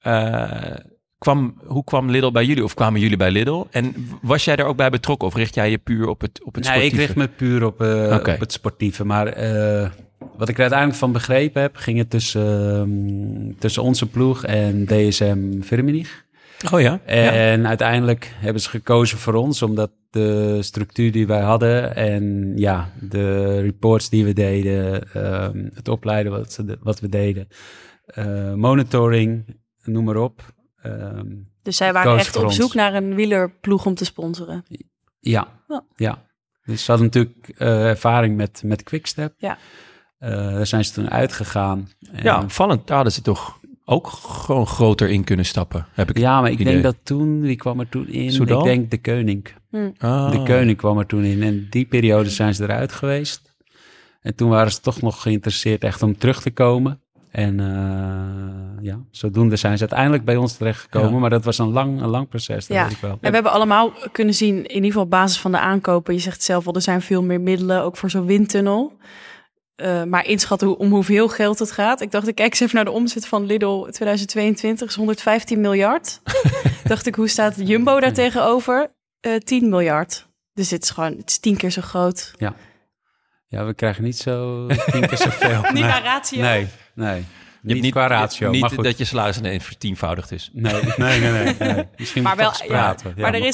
kwam Lidl bij jullie? Of kwamen jullie bij Lidl? En was jij daar ook bij betrokken? Of richt jij je puur op het sportieve? Nee, ik richt me puur op het sportieve. Maar wat ik er uiteindelijk van begrepen heb... ging het tussen onze ploeg en DSM Firmenich. Oh ja? En uiteindelijk hebben ze gekozen voor ons... omdat de structuur die wij hadden... en de reports die we deden... het opleiden wat we deden... monitoring, noem maar op. Dus zij waren echt op zoek naar een wielerploeg om te sponsoren? Ja. Dus ze hadden natuurlijk ervaring met Quickstep. Ja. Daar zijn ze toen uitgegaan. En opvallend. Daar hadden ze toch ook gewoon groter in kunnen stappen. Maar ik denk dat toen, wie kwam er toen in? Soudal? Ik denk de Koning. De Koning kwam er toen in. En die periode zijn ze eruit geweest. En toen waren ze toch nog geïnteresseerd echt om terug te komen. En zodoende zijn ze uiteindelijk bij ons terechtgekomen. Ja. Maar dat was een lang proces, dat weet ik wel. En we hebben allemaal kunnen zien, in ieder geval op basis van de aankopen... je zegt zelf al, er zijn veel meer middelen, ook voor zo'n windtunnel. maar inschatten om hoeveel geld het gaat. Ik dacht, ik kijk eens even naar de omzet van Lidl 2022, is 115 miljard. Dacht ik, hoe staat Jumbo daar tegenover? 10 miljard. Dus het is 10 keer zo groot. Ja, we krijgen niet zo 10 keer zoveel. Niet naar ratio. Nee. Niet qua ratio. Niet maar goed. dat je salaris ineens vertienvoudigd is. Nee. Misschien maar wel praten. Maar er is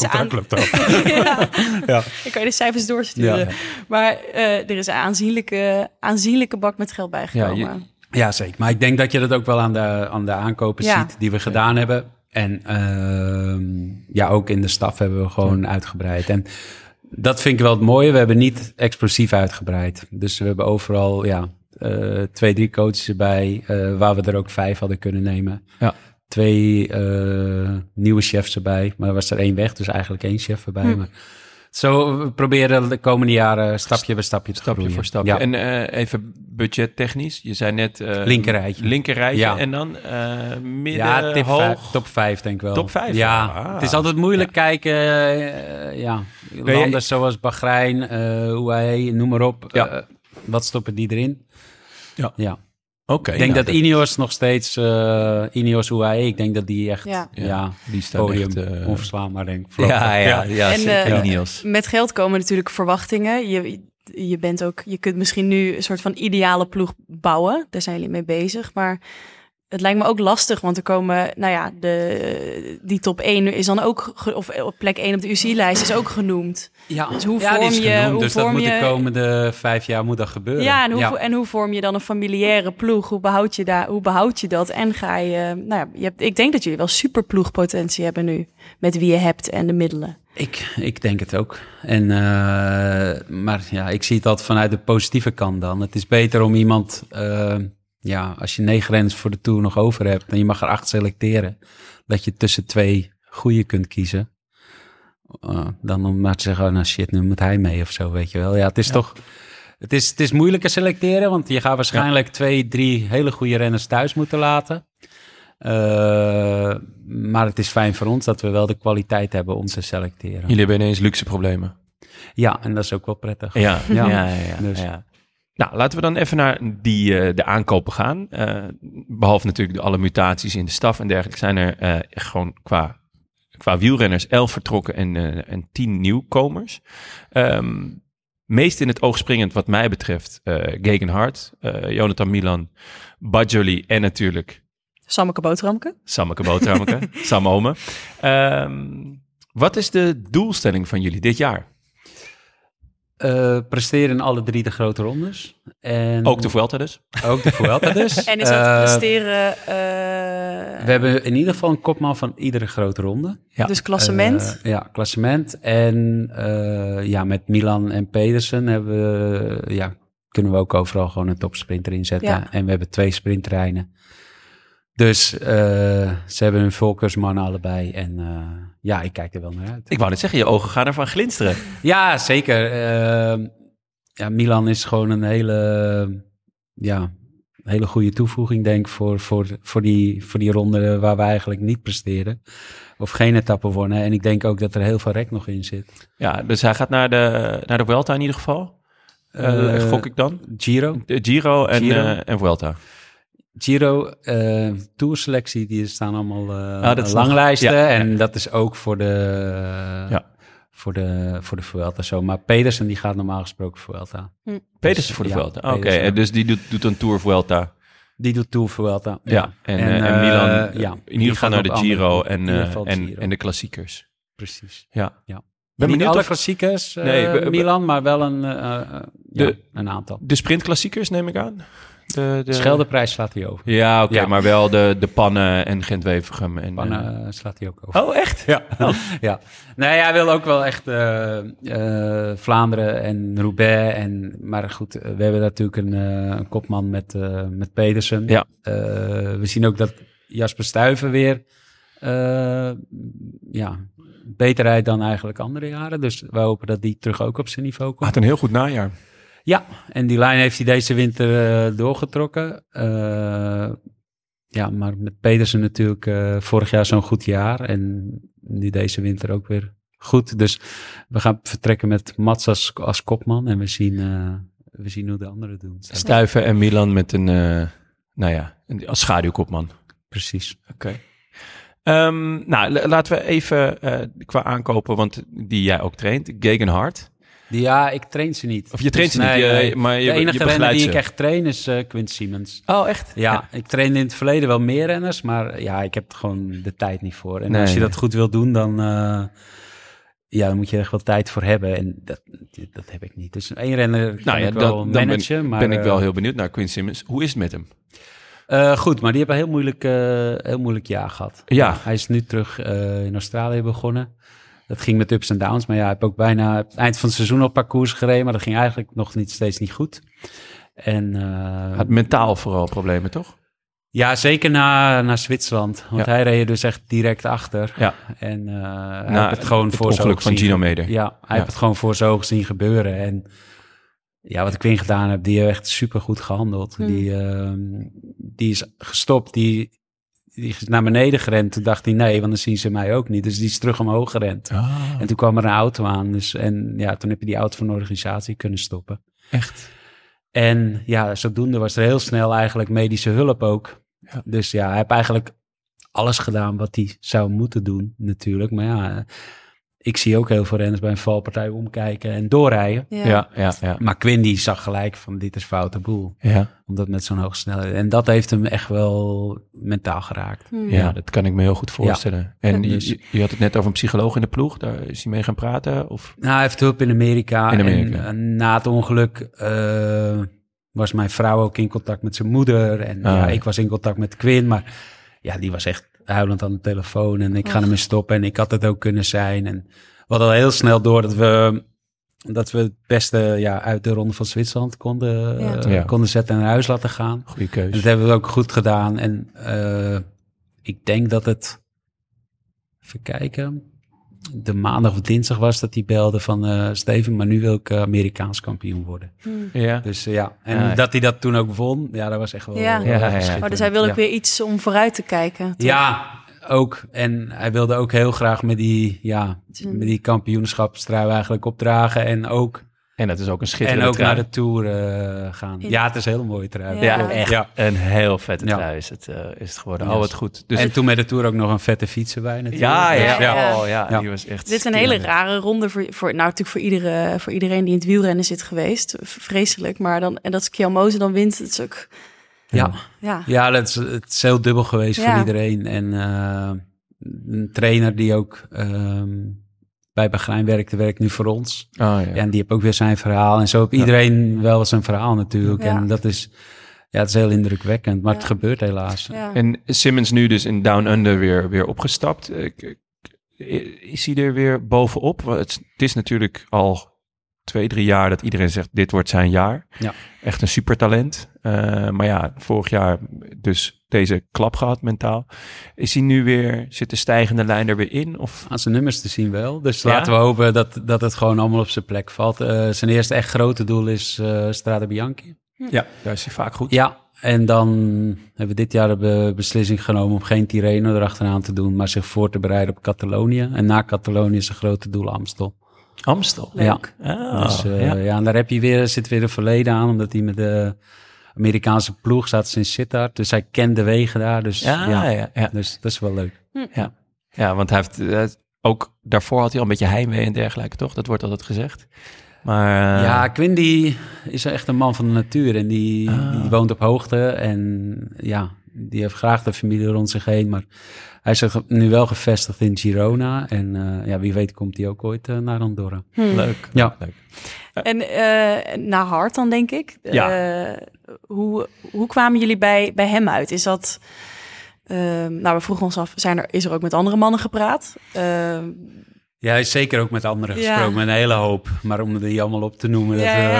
Ik kan je de cijfers doorsturen. Ja. Maar er is een aanzienlijke bak met geld bijgekomen. Ja, zeker. Maar ik denk dat je dat ook wel aan de aankopen ziet die we gedaan hebben. En ook in de staf hebben we gewoon uitgebreid. En dat vind ik wel het mooie. We hebben niet explosief uitgebreid. Dus we hebben overal 2-3 coaches erbij, waar we er ook 5 hadden kunnen nemen. Ja. 2 nieuwe chefs erbij, maar er was er 1 weg, dus eigenlijk 1 chef erbij. Maar zo we proberen de komende jaren stapje bij stapje te groeien. Voor stapje. Ja. En even budgettechnisch, je zei net... linkerrijtje en dan midden, hoog? Top 5 denk ik wel. Top 5? Ja, het is altijd moeilijk kijken. Landen zoals Bahrein, UAE, noem maar op. Wat stoppen die erin? Ja. Oké. Ik denk dat Ineos nog steeds, Ineos UAE, ik denk dat die echt, die staan podium echt, onverslaanbaar, denk ik. En zeker Ineos. Met geld komen natuurlijk verwachtingen. Je kunt misschien nu een soort van ideale ploeg bouwen. Daar zijn jullie mee bezig, maar het lijkt me ook lastig, want er komen, die top 1 is dan ook, of op plek 1 op de UCI-lijst is ook genoemd. Ja, dus hoe vorm je... Dus dat moet de komende 5 jaar moet dat gebeuren. Ja, en hoe vorm je dan een familiaire ploeg? Hoe behoud je dat? En ga je... ik denk dat jullie wel superploegpotentie hebben nu, met wie je hebt en de middelen. Ik denk het ook. En, maar ik zie het altijd vanuit de positieve kant dan. Het is beter om iemand... als je 9 renners voor de Tour nog over hebt en je mag er 8 selecteren, dat je tussen 2 goede kunt kiezen. Dan om maar te zeggen, nu moet hij mee of zo, weet je wel. Ja, het is toch... Het is moeilijker selecteren, want je gaat waarschijnlijk 2, 3 hele goede renners thuis moeten laten. Maar het is fijn voor ons dat we wel de kwaliteit hebben om te selecteren. Jullie hebben ineens luxe problemen. Ja, en dat is ook wel prettig. Ja. Dus. Nou, laten we dan even naar de aankopen gaan. Behalve natuurlijk alle mutaties in de staf en dergelijke, zijn er gewoon qua wielrenners 11 vertrokken en 10 nieuwkomers. Meest in het oog springend wat mij betreft Geoghegan Hart, Jonathan Milan, Bajoli en natuurlijk... Sammeke Boterhamke, Sam Omen. Wat is de doelstelling van jullie dit jaar? Presteren in alle 3 de grote rondes. En ook de Vuelta dus? Ook de Vuelta dus. En is dat presteren... We hebben in ieder geval een kopman van iedere grote ronde. Ja. Dus klassement? Klassement. En met Milan en Pedersen kunnen we ook overal gewoon een topsprinter inzetten. Ja. En we hebben 2 sprintterreinen. Dus ze hebben hun Volkersmannen allebei. En ik kijk er wel naar uit. Ik wou net zeggen, je ogen gaan ervan glinsteren. Ja, zeker. Milan is gewoon een hele goede toevoeging, denk ik, voor die ronde waar we eigenlijk niet presteren. Of geen etappe wonnen. En ik denk ook dat er heel veel rek nog in zit. Ja, dus hij gaat naar de Vuelta in ieder geval? Gok ik dan? Giro en Vuelta. Giro, tourselectie, die staan allemaal langlijsten. En dat is ook voor de Vuelta zo. Maar Pedersen, die gaat normaal gesproken Vuelta. Pedersen voor de Vuelta? Oké, dus die doet een Tour Vuelta. Die doet Tour Vuelta. Ja, en Milan in ieder geval naar de Giro en de klassiekers. Precies. Ja. Ben niet alle klassiekers, Milan, maar wel een aantal. De sprintklassiekers neem ik aan? De Scheldeprijs slaat hij over. Ja, oké, maar wel de Pannen en Gent-Wevelgem. Pannen slaat hij ook over. Oh, echt? Ja. Ja. Nee, hij wil ook wel echt Vlaanderen en Roubaix. Maar goed, we hebben natuurlijk een kopman met Pedersen. Ja. We zien ook dat Jasper Stuyven weer beter rijdt dan eigenlijk andere jaren. Dus we hopen dat die terug ook op zijn niveau komt. Had een heel goed najaar. Ja, en die lijn heeft hij deze winter doorgetrokken. Maar met Pedersen natuurlijk vorig jaar zo'n goed jaar. En nu deze winter ook weer goed. Dus we gaan vertrekken met Mats als kopman. En we zien we zien hoe de anderen doen. Stuyven en Milan met als schaduwkopman. Precies. Oké. Laten we even qua aankopen, want die jij ook traint, Geoghegan Hart. Ja, ik train ze niet. Of je traint ze niet, maar de enige renner die ik echt train is Quint Simmons. Oh, echt? Ja, ik train in het verleden wel meer renners, maar ik heb er gewoon de tijd niet voor. En als je dat goed wil doen, dan dan moet je er echt wel tijd voor hebben. En dat heb ik niet. Dus één renner kan ik wel managen. Ben ik wel heel benieuwd naar Quint Simmons. Hoe is het met hem? Goed, maar die hebben een heel moeilijk jaar gehad. Ja. Hij is nu terug in Australië begonnen. Dat ging met ups en downs. Maar hij heeft ook bijna het eind van het seizoen op parcours gereden. Maar dat ging eigenlijk nog steeds niet goed. En had mentaal vooral problemen, toch? Ja, zeker naar Zwitserland. Want hij reed dus echt direct achter. Ja. En hij heeft het gewoon voor zijn ogen van Gino Meder. Ja, hij heeft het gewoon voor zijn ogen zien gebeuren. En wat ik Quint gedaan heb, die heeft echt super goed gehandeld. Die is gestopt, die is naar beneden gerend. Toen dacht hij, nee, want dan zien ze mij ook niet. Dus die is terug omhoog gerend. En toen kwam er een auto aan. Toen heb je die auto van de organisatie kunnen stoppen. Echt? En zodoende was er heel snel eigenlijk medische hulp ook. Ja. Dus hij heeft eigenlijk alles gedaan wat hij zou moeten doen natuurlijk. Maar ik zie ook heel veel renners bij een valpartij omkijken en doorrijden. Ja. Maar Quint die zag gelijk van dit is foute boel. Ja. Omdat met zo'n hoge snelheid. En dat heeft hem echt wel mentaal geraakt. Ja, dat kan ik me heel goed voorstellen. Ja. En je had het net over een psycholoog in de ploeg. Daar is hij mee gaan praten? Of? Nou, hij heeft hulp in Amerika. En na het ongeluk was mijn vrouw ook in contact met zijn moeder. En ik was in contact met Quint. Maar die was echt huilend aan de telefoon. En ik ga ermee stoppen. En ik had het ook kunnen zijn. En we hadden al heel snel door dat we het beste uit de Ronde van Zwitserland konden zetten en naar huis laten gaan. Goeie keuze. En dat hebben we ook goed gedaan. En ik denk dat het, even kijken, de maandag of dinsdag was dat hij belde van Steven, maar nu wil ik Amerikaans kampioen worden. Ja. Dus dat hij dat toen ook won, dat was echt wel... Oh, dus hij wilde ook weer iets om vooruit te kijken. Toch? Ja, ook. En hij wilde ook heel graag met die kampioenschapstrui eigenlijk opdragen en ook... En dat is ook een schitterende trui. En ook trui. naar de Tour gaan. Ja, het is een hele mooie trui. Ja, echt. Ja. Een heel vette trui is het geworden. Yes. Oh, wat goed. Dus en toen met de Tour ook nog een vette fiets erbij natuurlijk. Ja. Die was echt... Dit is een hele rare ronde voor natuurlijk voor iedereen die in het wielrennen zit geweest. Vreselijk. Maar dan, en dat Kjell-Moze dan wint, het is ook... Ja, het is heel dubbel geweest voor iedereen. En een trainer die ook... bij Bahrein werkt nu voor ons. En die heeft ook weer zijn verhaal. En zo heeft iedereen wel zijn verhaal natuurlijk. Ja. En dat is, het is heel indrukwekkend. Maar het gebeurt helaas. Ja. En Simmons nu dus in Down Under weer opgestapt. Is hij er weer bovenop? Het is natuurlijk al 2-3 jaar dat iedereen zegt, dit wordt zijn jaar. Ja. Echt een supertalent. Maar vorig jaar dus deze klap gehad mentaal. Is hij nu weer, zit de stijgende lijn er weer in? Of? Aan zijn nummers te zien wel. Dus laten we hopen dat het gewoon allemaal op zijn plek valt. Zijn eerste echt grote doel is Strade Bianchi. Ja, daar is hij vaak goed. Ja, en dan hebben we dit jaar de beslissing genomen om geen Tirreno erachteraan te doen, maar zich voor te bereiden op Catalonië. En na Catalonië is zijn grote doel Amstel. Amstel? Leuk. Ja. Dus, en daar zit weer een verleden aan, omdat hij met de Amerikaanse ploeg staat sinds Sittard. Dus hij kent de wegen daar. Dus dus dat is wel leuk. Ja, want hij heeft ook daarvoor had hij al een beetje heimwee en dergelijke, toch? Dat wordt altijd gezegd. Maar Quint die is echt een man van de natuur en die woont op hoogte en die heeft graag de familie rond zich heen, maar hij is nu wel gevestigd in Girona en wie weet komt hij ook ooit naar Andorra. Leuk. Ja. Leuk. En naar Hart dan, denk ik. Hoe kwamen jullie bij hem uit? Is dat... we vroegen ons af, is er ook met andere mannen gepraat? Hij is zeker ook met anderen gesproken, met een hele hoop. Maar om die allemaal op te noemen,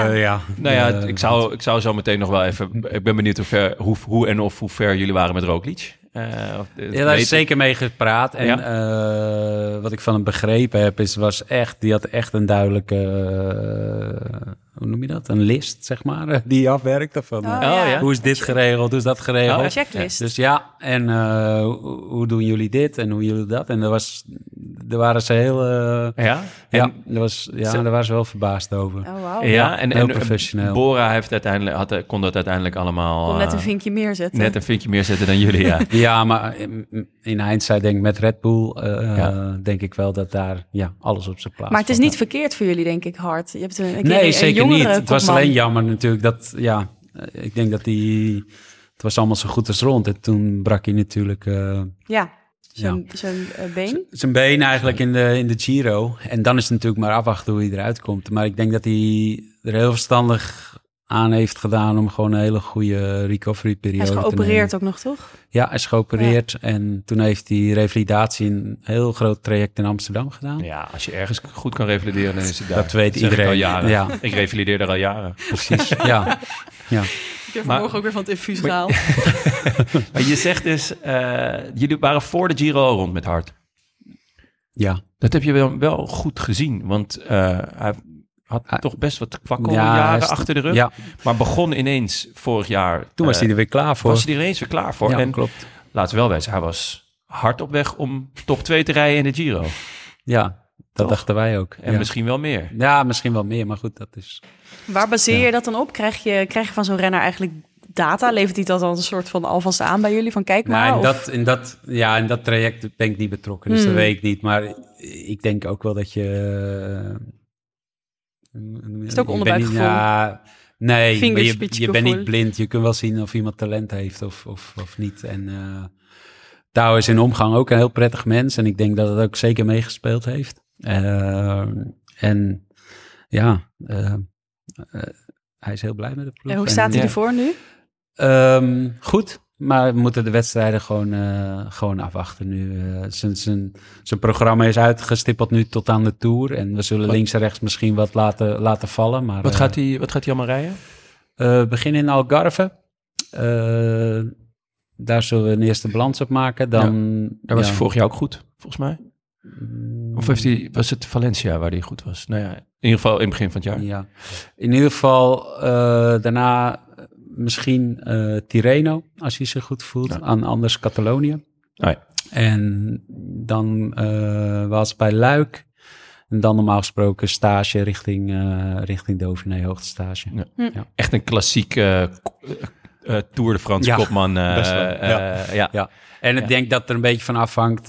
ik zou zo meteen nog wel even... Ik ben benieuwd hoe ver jullie waren met Roglic. Daar is zeker mee gepraat. En wat ik van hem begrepen heb, die had echt een duidelijke, hoe noem je dat? Een list, zeg maar, die je afwerkte. Van, hoe is dit geregeld? Hoe is dat geregeld? Een checklist. Dus en hoe doen jullie dit en hoe jullie dat? En daar waren ze heel... Ja? Daar waren ze wel verbaasd over. Oh, wow. Ja, en professioneel. Bora heeft kon dat uiteindelijk allemaal... Kon net een vinkje meer zetten. Net een vinkje meer zetten dan jullie, ja. Ja, maar in hindsight denk ik met Red Bull... denk ik wel dat daar alles op zijn plaats Maar het is niet verkeerd voor jullie, denk ik, hard. Je hebt nee, zeker niet. Het was alleen jammer natuurlijk dat... ik denk dat het was allemaal zo goed als rond. En toen brak hij natuurlijk... Zijn been? Zijn been eigenlijk in de Giro. En dan is het natuurlijk maar afwachten hoe hij eruit komt. Maar ik denk dat hij er heel verstandig aan heeft gedaan... om gewoon een hele goede recovery-periode te nemen. Hij is geopereerd ook nog, toch? Ja, hij is geopereerd. Ja. En toen heeft hij revalidatie een heel groot traject in Amsterdam gedaan. Ja, als je ergens goed kan revalideren, dan is het daar. Dat weet iedereen. Al jaren. Ja. Ik revalideer er al jaren. Precies, ja. Ik heb vanmorgen ook weer van het infuus gehaald. Maar je zegt dus, jullie waren voor de Giro al rond met hard. Ja. Dat heb je wel goed gezien, want hij had toch best wat kwakkeljaren achter de rug. Ja. Maar begon ineens vorig jaar... Toen was hij er weer klaar voor. Was hij er ineens weer klaar voor. Ja, en klopt. Laten we wel wezen, hij was hard op weg om top 2 te rijden in de Giro. Ja, dat dachten wij ook. En misschien wel meer. Ja, misschien wel meer, maar goed, dat is... Waar baseer je dat dan op? Krijg je van zo'n renner eigenlijk data? Levert hij dat dan een soort van alvast aan bij jullie? Van kijk maar? In dat traject ben ik niet betrokken, dus dat weet ik niet. Maar ik denk ook wel dat je... Is het ook onderbuikgevoel? Nee, maar je bent niet blind. Je kunt wel zien of iemand talent heeft of niet. En Tao is in omgang ook een heel prettig mens. En ik denk dat het ook zeker meegespeeld heeft. Hij is heel blij met de ploeg. En hoe staat hij ervoor nu? Goed, maar we moeten de wedstrijden gewoon afwachten nu. Zijn programma is uitgestippeld nu tot aan de Tour. En we zullen links en rechts misschien wat laten vallen. Maar, wat gaat hij allemaal rijden? Beginnen in Algarve. Daar zullen we een eerste balans op maken. Daar was hij vorig jaar ook goed, volgens mij. Of was het Valencia waar hij goed was? Nou ja, in ieder geval in het begin van het jaar. Ja, in ieder geval daarna misschien Tirreno, als hij zich goed voelt. Ja. Anders Catalonië. Oh ja. En dan was bij Luik. En dan normaal gesproken stage richting Dauphiné, hoogtestage. Ja. Ja. Echt een klassiek Tour de France kopman. Ja. En ik denk dat er een beetje van afhangt...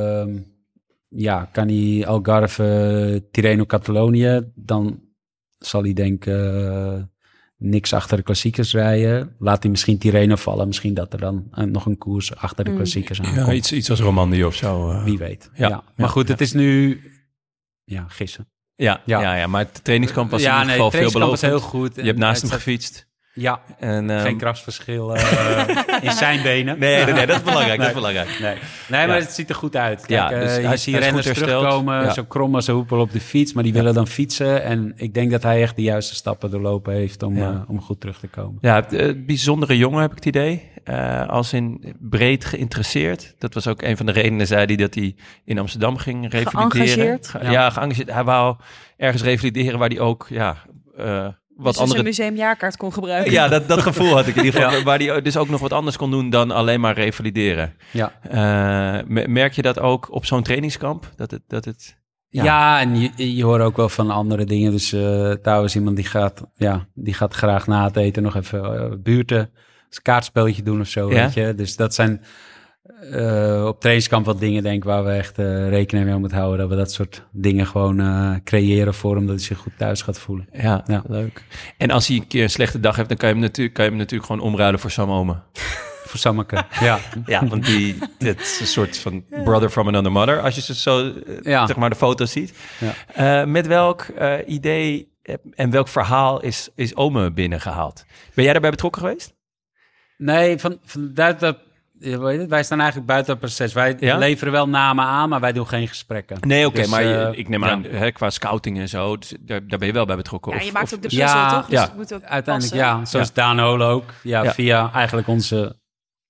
kan hij Algarve, Tirreno, Catalonië... dan zal hij denken niks achter de klassiekers rijden. Laat hij misschien Tirreno vallen. Misschien dat er dan nog een koers achter de klassiekers aankomt. Ja, iets als Romandie of zo. Wie weet. Ja. Maar goed, het is nu gissen. Ja, maar het trainingskamp was in ieder geval veelbelovend. Was heel goed. Je hebt naast hem gefietst. Ja, en, geen krachtsverschil in zijn benen. Nee, dat is belangrijk. Dat is belangrijk. Nee, maar het ziet er goed uit. Kijk, dus hij ziet renners terugkomen, zo krom als een hoepel op de fiets, maar die willen dan fietsen. En ik denk dat hij echt de juiste stappen doorlopen heeft om goed terug te komen. Ja, bijzondere jongen heb ik het idee. Als in breed geïnteresseerd. Dat was ook een van de redenen, zei hij, dat hij in Amsterdam ging revalideren. Geëngageerd. Geëngageerd. Hij wou ergens revalideren waar hij ook... wat andere... een museumjaarkaart kon gebruiken. Ja, dat gevoel had ik in ieder geval. Waar hij dus ook nog wat anders kon doen dan alleen maar revalideren. Ja. Merk je dat ook op zo'n trainingskamp? Dat het Ja, en je hoort ook wel van andere dingen. Dus Tao is iemand die gaat graag na het eten nog even buurten. Een kaartspelletje doen of zo, weet je. Dus dat zijn op trainingskamp wat dingen, denk ik, waar we echt rekening mee moeten houden. Dat we dat soort dingen gewoon creëren voor hem, dat hij zich goed thuis gaat voelen. Ja, leuk. En als hij een keer een slechte dag heeft, dan kan je hem natuurlijk gewoon omruilen voor Sam Omen. Voor Sammeke, ja. Ja, want dit is een soort van brother from another mother, als je ze zo, zeg maar, de foto's ziet. Ja. Met welk idee en welk verhaal is Ome binnengehaald? Ben jij daarbij betrokken geweest? Nee, wij staan eigenlijk buiten het proces. Wij leveren wel namen aan, maar wij doen geen gesprekken. Nee, oké, dus, maar ik neem aan, qua scouting en zo, dus daar ben je wel bij betrokken. Ja, je maakt ook de puzzel, toch? Dus het moet ook uiteindelijk passen. Zoals Daan Hole ook. Ja, via eigenlijk onze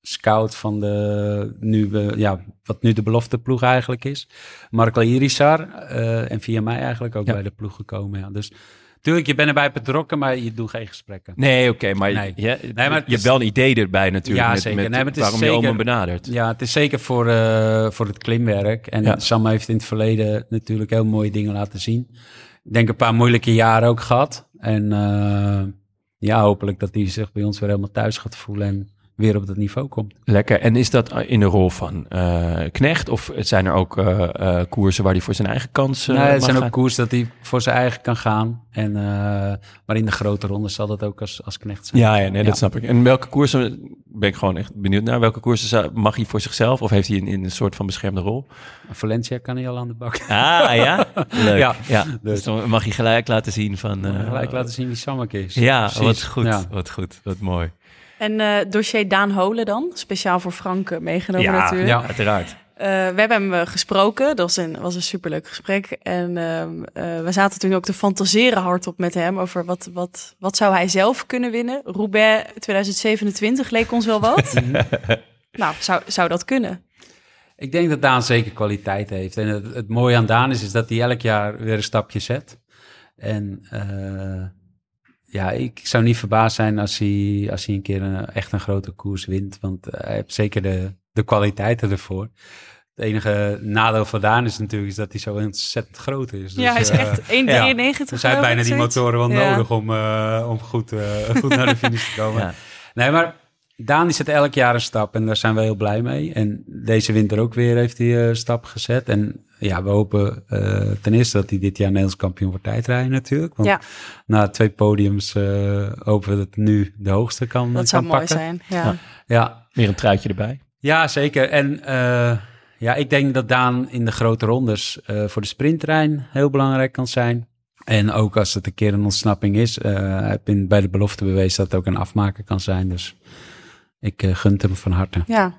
scout van wat nu de belofteploeg eigenlijk is. Mark Lairisar. En via mij eigenlijk ook bij de ploeg gekomen. Ja. Dus natuurlijk, je bent erbij betrokken, maar je doet geen gesprekken. Nee, oké, maar, maar je hebt wel een idee erbij natuurlijk. Ja, zeker. Waarom je oma benadert. Ja, het is zeker voor het klimwerk. En Sam heeft in het verleden natuurlijk heel mooie dingen laten zien. Ik denk een paar moeilijke jaren ook gehad. En hopelijk dat hij zich bij ons weer helemaal thuis gaat voelen en weer op dat niveau komt. Lekker. En is dat in de rol van knecht? Of zijn er ook koersen waar hij voor zijn eigen kans Nee, het zijn ook koersen dat hij voor zijn eigen kan gaan. En, maar in de grote ronde zal dat ook als knecht zijn. Dat snap ik. En welke koersen, ben ik gewoon echt benieuwd naar, welke koersen mag hij voor zichzelf? Of heeft hij in een soort van beschermde rol? Valencia kan hij al aan de bak. Ah, ja? Leuk. Ja. Dus dan mag hij gelijk laten zien van... gelijk laten zien wie Samek is. Ja, precies. Wat goed. Ja. Wat goed. Wat mooi. En dossier Daan Holen dan? Speciaal voor Frank meegenomen natuurlijk. Ja, uiteraard. We hebben hem gesproken. Dat was een superleuk gesprek. En we zaten toen ook te fantaseren hardop met hem over wat zou hij zelf kunnen winnen. Roubaix 2027 leek ons wel wat. Nou, zou dat kunnen? Ik denk dat Daan zeker kwaliteit heeft. En het mooie aan Daan is dat hij elk jaar weer een stapje zet. En... ik zou niet verbaasd zijn als hij een keer echt een grote koers wint. Want hij heeft zeker de kwaliteiten ervoor. Het enige nadeel van Daan is natuurlijk dat hij zo ontzettend groot is. Dus, hij is echt 1,93. Dus hij heeft bijna die motoren wel nodig om goed naar de finish te komen. Ja. Nee, maar Daan zet elk jaar een stap en daar zijn we heel blij mee. En deze winter ook weer heeft hij een stap gezet. En we hopen ten eerste dat hij dit jaar Nederlands kampioen wordt tijdrijden natuurlijk. Want na 2 podiums hopen we dat nu de hoogste kan pakken. Dat zou mooi zijn, ja. Weer een truitje erbij. Ja, zeker. En ik denk dat Daan in de grote rondes voor de sprinttrein heel belangrijk kan zijn. En ook als het een keer een ontsnapping is. Hij heeft bij de belofte bewezen dat het ook een afmaker kan zijn. Dus ik gun het hem van harte. Ja.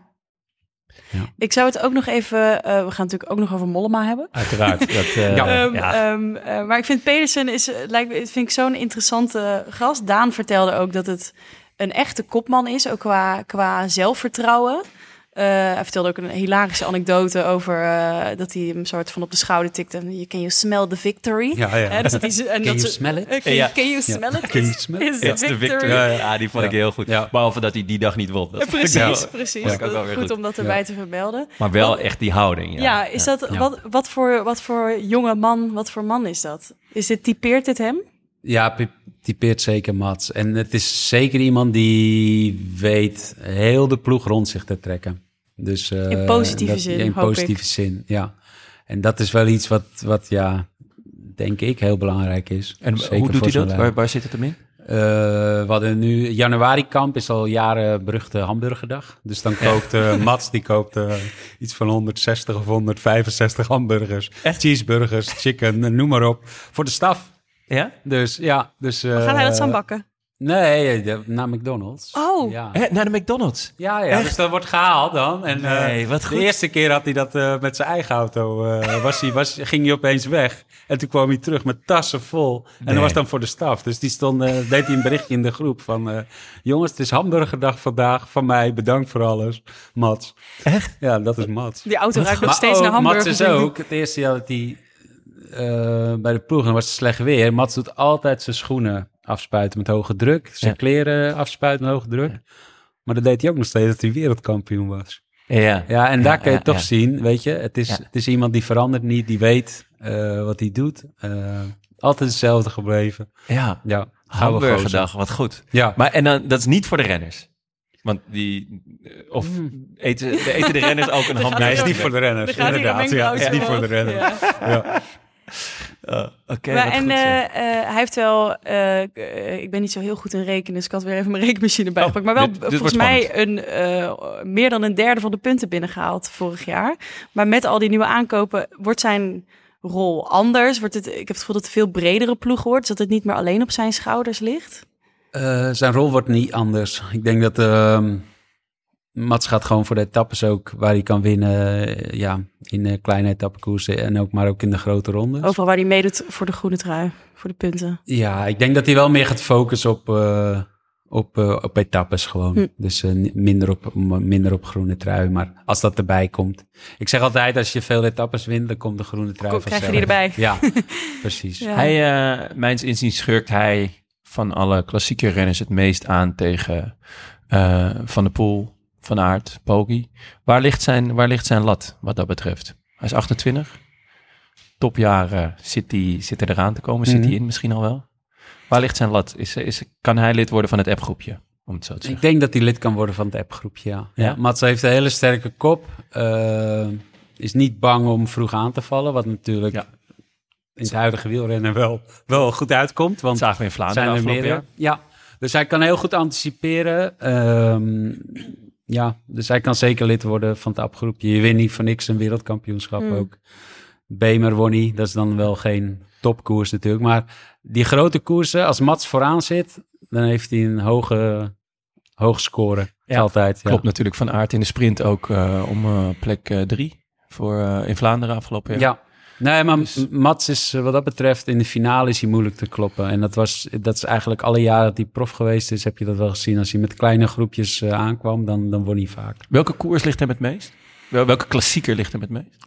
Ik zou het ook nog even... we gaan natuurlijk ook nog over Mollema hebben. Uiteraard. Maar ik vind Pedersen vind ik zo'n interessante gast. Daan vertelde ook dat het een echte kopman is, ook qua zelfvertrouwen. Hij vertelde ook een hilarische anekdote over dat hij hem soort van op de schouder tikte. Can you smell the victory? Dus dat can you smell it? Can you smell it? Can you smell it? Is the victory? Ja, die vond ik heel goed. Ja. Behalve dat hij die dag niet won. Precies. Goed om dat erbij te vermelden. Maar wel echt die houding. Is dat wat voor jonge man, wat voor man is dat? Typeert het hem? Ja, typeert zeker Mats. En het is zeker iemand die weet heel de ploeg rond zich te trekken. Dus, in positieve zin, in positieve zin, ja. En dat is wel iets wat denk ik, heel belangrijk is. En hoe doet hij dat? Waar zit het hem in? We hadden nu... Januari-kamp is al jaren beruchte hamburgerdag. Dus dan koopt Mats, die koopt iets van 160 of 165 hamburgers. Echt? Cheeseburgers, chicken, noem maar op. Voor de staf. Ja? Dus ja. Dus, gaat hij dat zo bakken? Nee, naar McDonald's. Oh. Ja. Naar de McDonald's? Ja, dus dat wordt gehaald dan. En, wat goed. De eerste keer had hij dat met zijn eigen auto. Ging hij opeens weg. En toen kwam hij terug met tassen vol. En dat was dan voor de staf. Dus die deed hij een berichtje in de groep van... jongens, het is hamburgerdag vandaag. Van mij, bedankt voor alles. Mats. Echt? Ja, dat is Mats. Die auto ruikt nog steeds naar hamburgers. Mats is ook, het eerste jaar dat hij bij de ploeg... en was het slecht weer. Mats doet altijd zijn schoenen afspuiten met hoge druk. Zijn kleren afspuiten met hoge druk. Maar dat deed hij ook nog steeds dat hij wereldkampioen was. Ja, en daar kun je toch zien, weet je. Het is iemand die verandert niet, die weet wat hij doet. Altijd hetzelfde gebleven. Ja. Hamburgerdag, wat goed. Ja. Maar en dan, dat is niet voor de renners? Want eten de renners ook een hamburger? Nee, is niet voor de renners, inderdaad. Ja, is niet voor de renners. Ja. Hij heeft wel... ik ben niet zo heel goed in rekenen, dus ik had weer even mijn rekenmachine bijgepakt. Maar wel volgens mij meer dan een derde van de punten binnengehaald vorig jaar. Maar met al die nieuwe aankopen wordt zijn rol anders. Ik heb het gevoel dat het een veel bredere ploeg wordt, zodat het niet meer alleen op zijn schouders ligt. Zijn rol wordt niet anders. Ik denk dat Mats gaat gewoon voor de etappes ook waar hij kan winnen. In kleine etappekoersen en ook in de grote rondes. Overal waar hij meedoet voor de groene trui, voor de punten. Ja, ik denk dat hij wel meer gaat focussen op etappes gewoon. Dus minder op groene trui. Maar als dat erbij komt. Ik zeg altijd, als je veel etappes wint, dan komt de groene trui vanzelf. Krijg je die erbij. Ja, precies. Ja. Hij, mijns inziens schurkt hij van alle klassieke renners het meest aan tegen Van der Poel, Van Aert, Poggi. Waar ligt zijn lat wat dat betreft? Hij is 28. Topjaren zit er eraan te komen. Zit hij in misschien al wel? Waar ligt zijn lat? Kan hij lid worden van het appgroepje? Om het zo te zeggen. Ik denk dat hij lid kan worden van het appgroepje, ja. Mats heeft een hele sterke kop. Is niet bang om vroeg aan te vallen. Wat natuurlijk in het huidige wielrennen wel goed uitkomt. Want zagen we in Vlaanderen afgelopen jaar. Ja, dus hij kan heel goed anticiperen. Dus hij kan zeker lid worden van het appgroepje. Je wint niet voor niks een wereldkampioenschap ook. Bemer won hij. Dat is dan wel geen topkoers natuurlijk. Maar die grote koersen, als Mats vooraan zit, dan heeft hij een hoge score. Ja, altijd. Klopt natuurlijk. Van Aert in de sprint ook om plek 3 in Vlaanderen afgelopen jaar. Ja. Nee, maar Mats is wat dat betreft in de finale is hij moeilijk te kloppen. En dat is eigenlijk alle jaren dat hij prof geweest is, heb je dat wel gezien. Als hij met kleine groepjes aankwam, dan won hij vaak. Welke koers ligt hem het meest? Welke klassieker ligt hem het meest?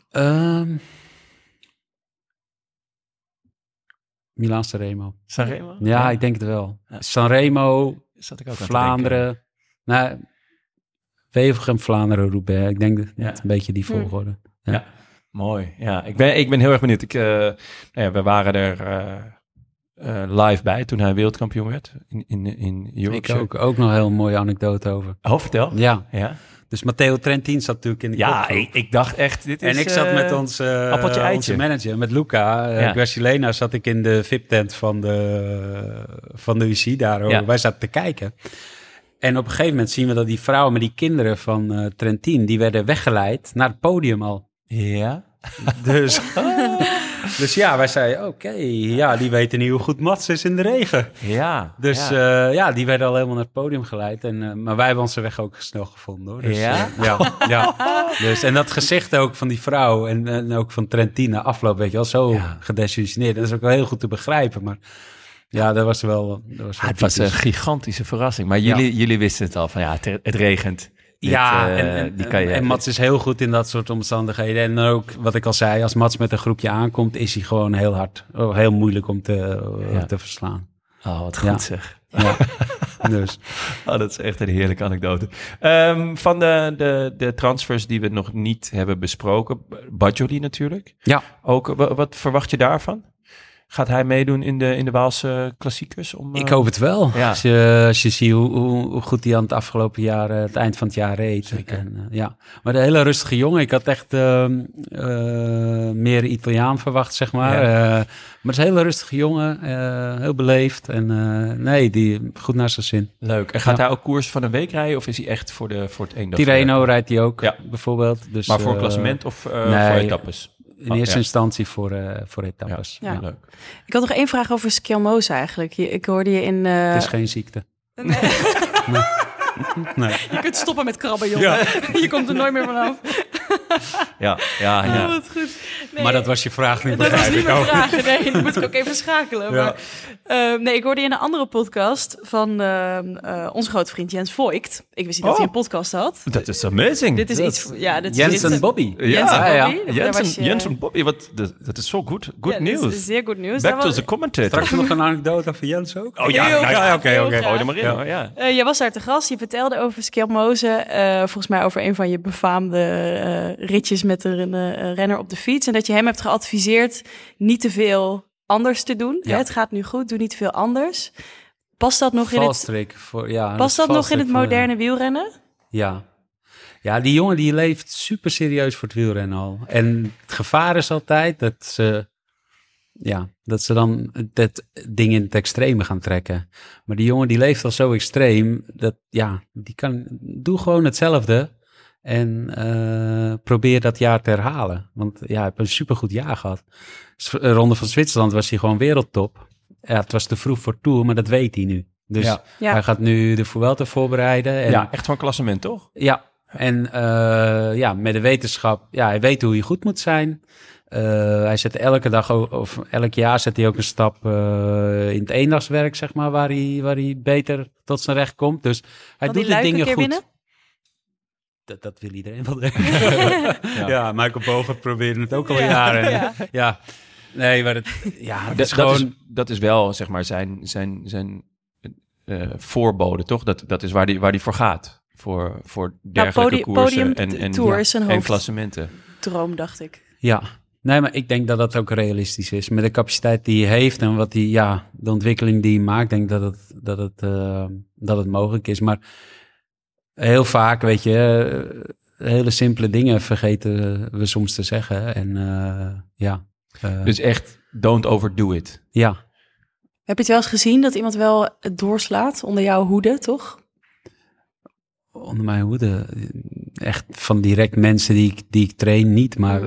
Milaan-Sanremo. Sanremo? Ja, ik denk het wel. Ja. Sanremo, Vlaanderen. Nou, Wevelgem, Vlaanderen, Roubaix. Ik denk dat het een beetje die volgorde. Ja. Mooi. Ja, ik ben heel erg benieuwd. We waren er live bij toen hij wereldkampioen werd in Yorkshire. Ik ook nog een heel mooie anekdote over. Oh, vertel. Ja. Dus Matteo Trentin zat natuurlijk in de kopgroep. Ik dacht echt, dit is en ik zat met onze manager, met Luca. Guercilena zat ik in de VIP-tent van de UCI daar. Ja. Wij zaten te kijken. En op een gegeven moment zien we dat die vrouwen met die kinderen van Trentin, die werden weggeleid naar het podium al. Ja. Dus ja, wij zeiden, oké, die weten niet hoe goed Mats is in de regen. Ja. Dus die werden al helemaal naar het podium geleid. Maar wij hebben onze weg ook snel gevonden, hoor. Dus, ja. Dus, en dat gezicht ook van die vrouw en ook van Trentin afloop, weet je wel, zo gedesillusioneerd. Dat is ook wel heel goed te begrijpen, maar ja, dat was wel het was een gigantische verrassing. Maar jullie wisten het al, van het regent. En Mats is heel goed in dat soort omstandigheden. En ook, wat ik al zei, als Mats met een groepje aankomt, is hij gewoon heel hard. Heel moeilijk om te verslaan. Oh, wat goed zeg. Ja. Dus. Dat is echt een heerlijke anekdote. Van de transfers die we nog niet hebben besproken, Badjoly natuurlijk. Ja. Ook, wat verwacht je daarvan? Gaat hij meedoen in de Waalse klassiekers? Ik hoop het wel. Ja. Als je ziet hoe goed hij aan het afgelopen jaar, het eind van het jaar reed. Zeker. Maar de hele rustige jongen. Ik had echt meer Italiaan verwacht, zeg maar. Ja. Maar het is een hele rustige jongen. Heel beleefd. En die goed naar zijn zin. Leuk. En gaat hij ook koers van een week rijden? Of is hij echt voor het eendag? Tirreno rijdt hij ook, bijvoorbeeld. Dus, maar voor een klassement of voor etappes? In eerste instantie voor etappes. Ja. Leuk. Ik had nog 1 vraag over Skelmoza eigenlijk. Ik hoorde je in... Het is geen ziekte. Nee. Je kunt stoppen met krabben, jongen. Ja. Je komt er nooit meer vanaf. Ja. Oh, wat goed. Nee, maar dat was je vraag niet. Dat was niet mijn vraag. Nee, dan moet ik ook even schakelen. Ja. Maar, ik hoorde je in een andere podcast van onze grote vriend Jens Voigt. Ik wist niet dat hij een podcast had. Dat is amazing. Dit is iets... Jens en Bobby. Jens en Bobby. Dat is zo goed. Good news. Dat is zeer goed nieuws. Back to the commentator. Straks nog een anekdote over Jens ook. Oh ja, oké. Gooi er maar in. Jij was daar te gast. Je vertelde over Skelmoze. Volgens mij over een van je befaamde ritjes met een renner op de fiets. En dat je hem hebt geadviseerd niet te veel anders te doen. Ja. Het gaat nu goed, doe niet veel anders. Past dat nog in het moderne wielrennen? Ja. Ja, die jongen die leeft super serieus voor het wielrennen al. En het gevaar is altijd dat ze dan dat ding in het extreme gaan trekken. Maar die jongen die leeft al zo extreem, doe gewoon hetzelfde. En probeer dat jaar te herhalen. Want hij heeft een supergoed jaar gehad. Ronde van Zwitserland was hij gewoon wereldtop. Ja, het was te vroeg voor Tour, maar dat weet hij nu. Dus hij gaat nu de Vuelta voorbereiden. En, echt van klassement, toch? Ja, en met de wetenschap, hij weet hoe hij goed moet zijn. Hij zet elke dag of elk jaar zet hij ook een stap in het eendagswerk, zeg maar, waar hij beter tot zijn recht komt. Dus hij doet de dingen goed. Winnen? Dat wil iedereen wel denken. Ja, Michael Bogert probeerde het ook al jaren. Ja. Nee, maar dat is wel, zeg maar, zijn voorbode, toch? Dat is waar die voor gaat. Voor dergelijke koersen en klassementen. Droom, dacht ik. Ja. Nee, maar ik denk dat dat ook realistisch is. Met de capaciteit die hij heeft en wat de ontwikkeling die hij maakt, denk dat het mogelijk is. Maar heel vaak, weet je, hele simpele dingen vergeten we soms te zeggen. En dus echt, don't overdo it. Ja. Heb je het wel eens gezien dat iemand wel het doorslaat onder jouw hoede, toch? Onder mijn hoede? Echt van direct mensen die ik train niet, maar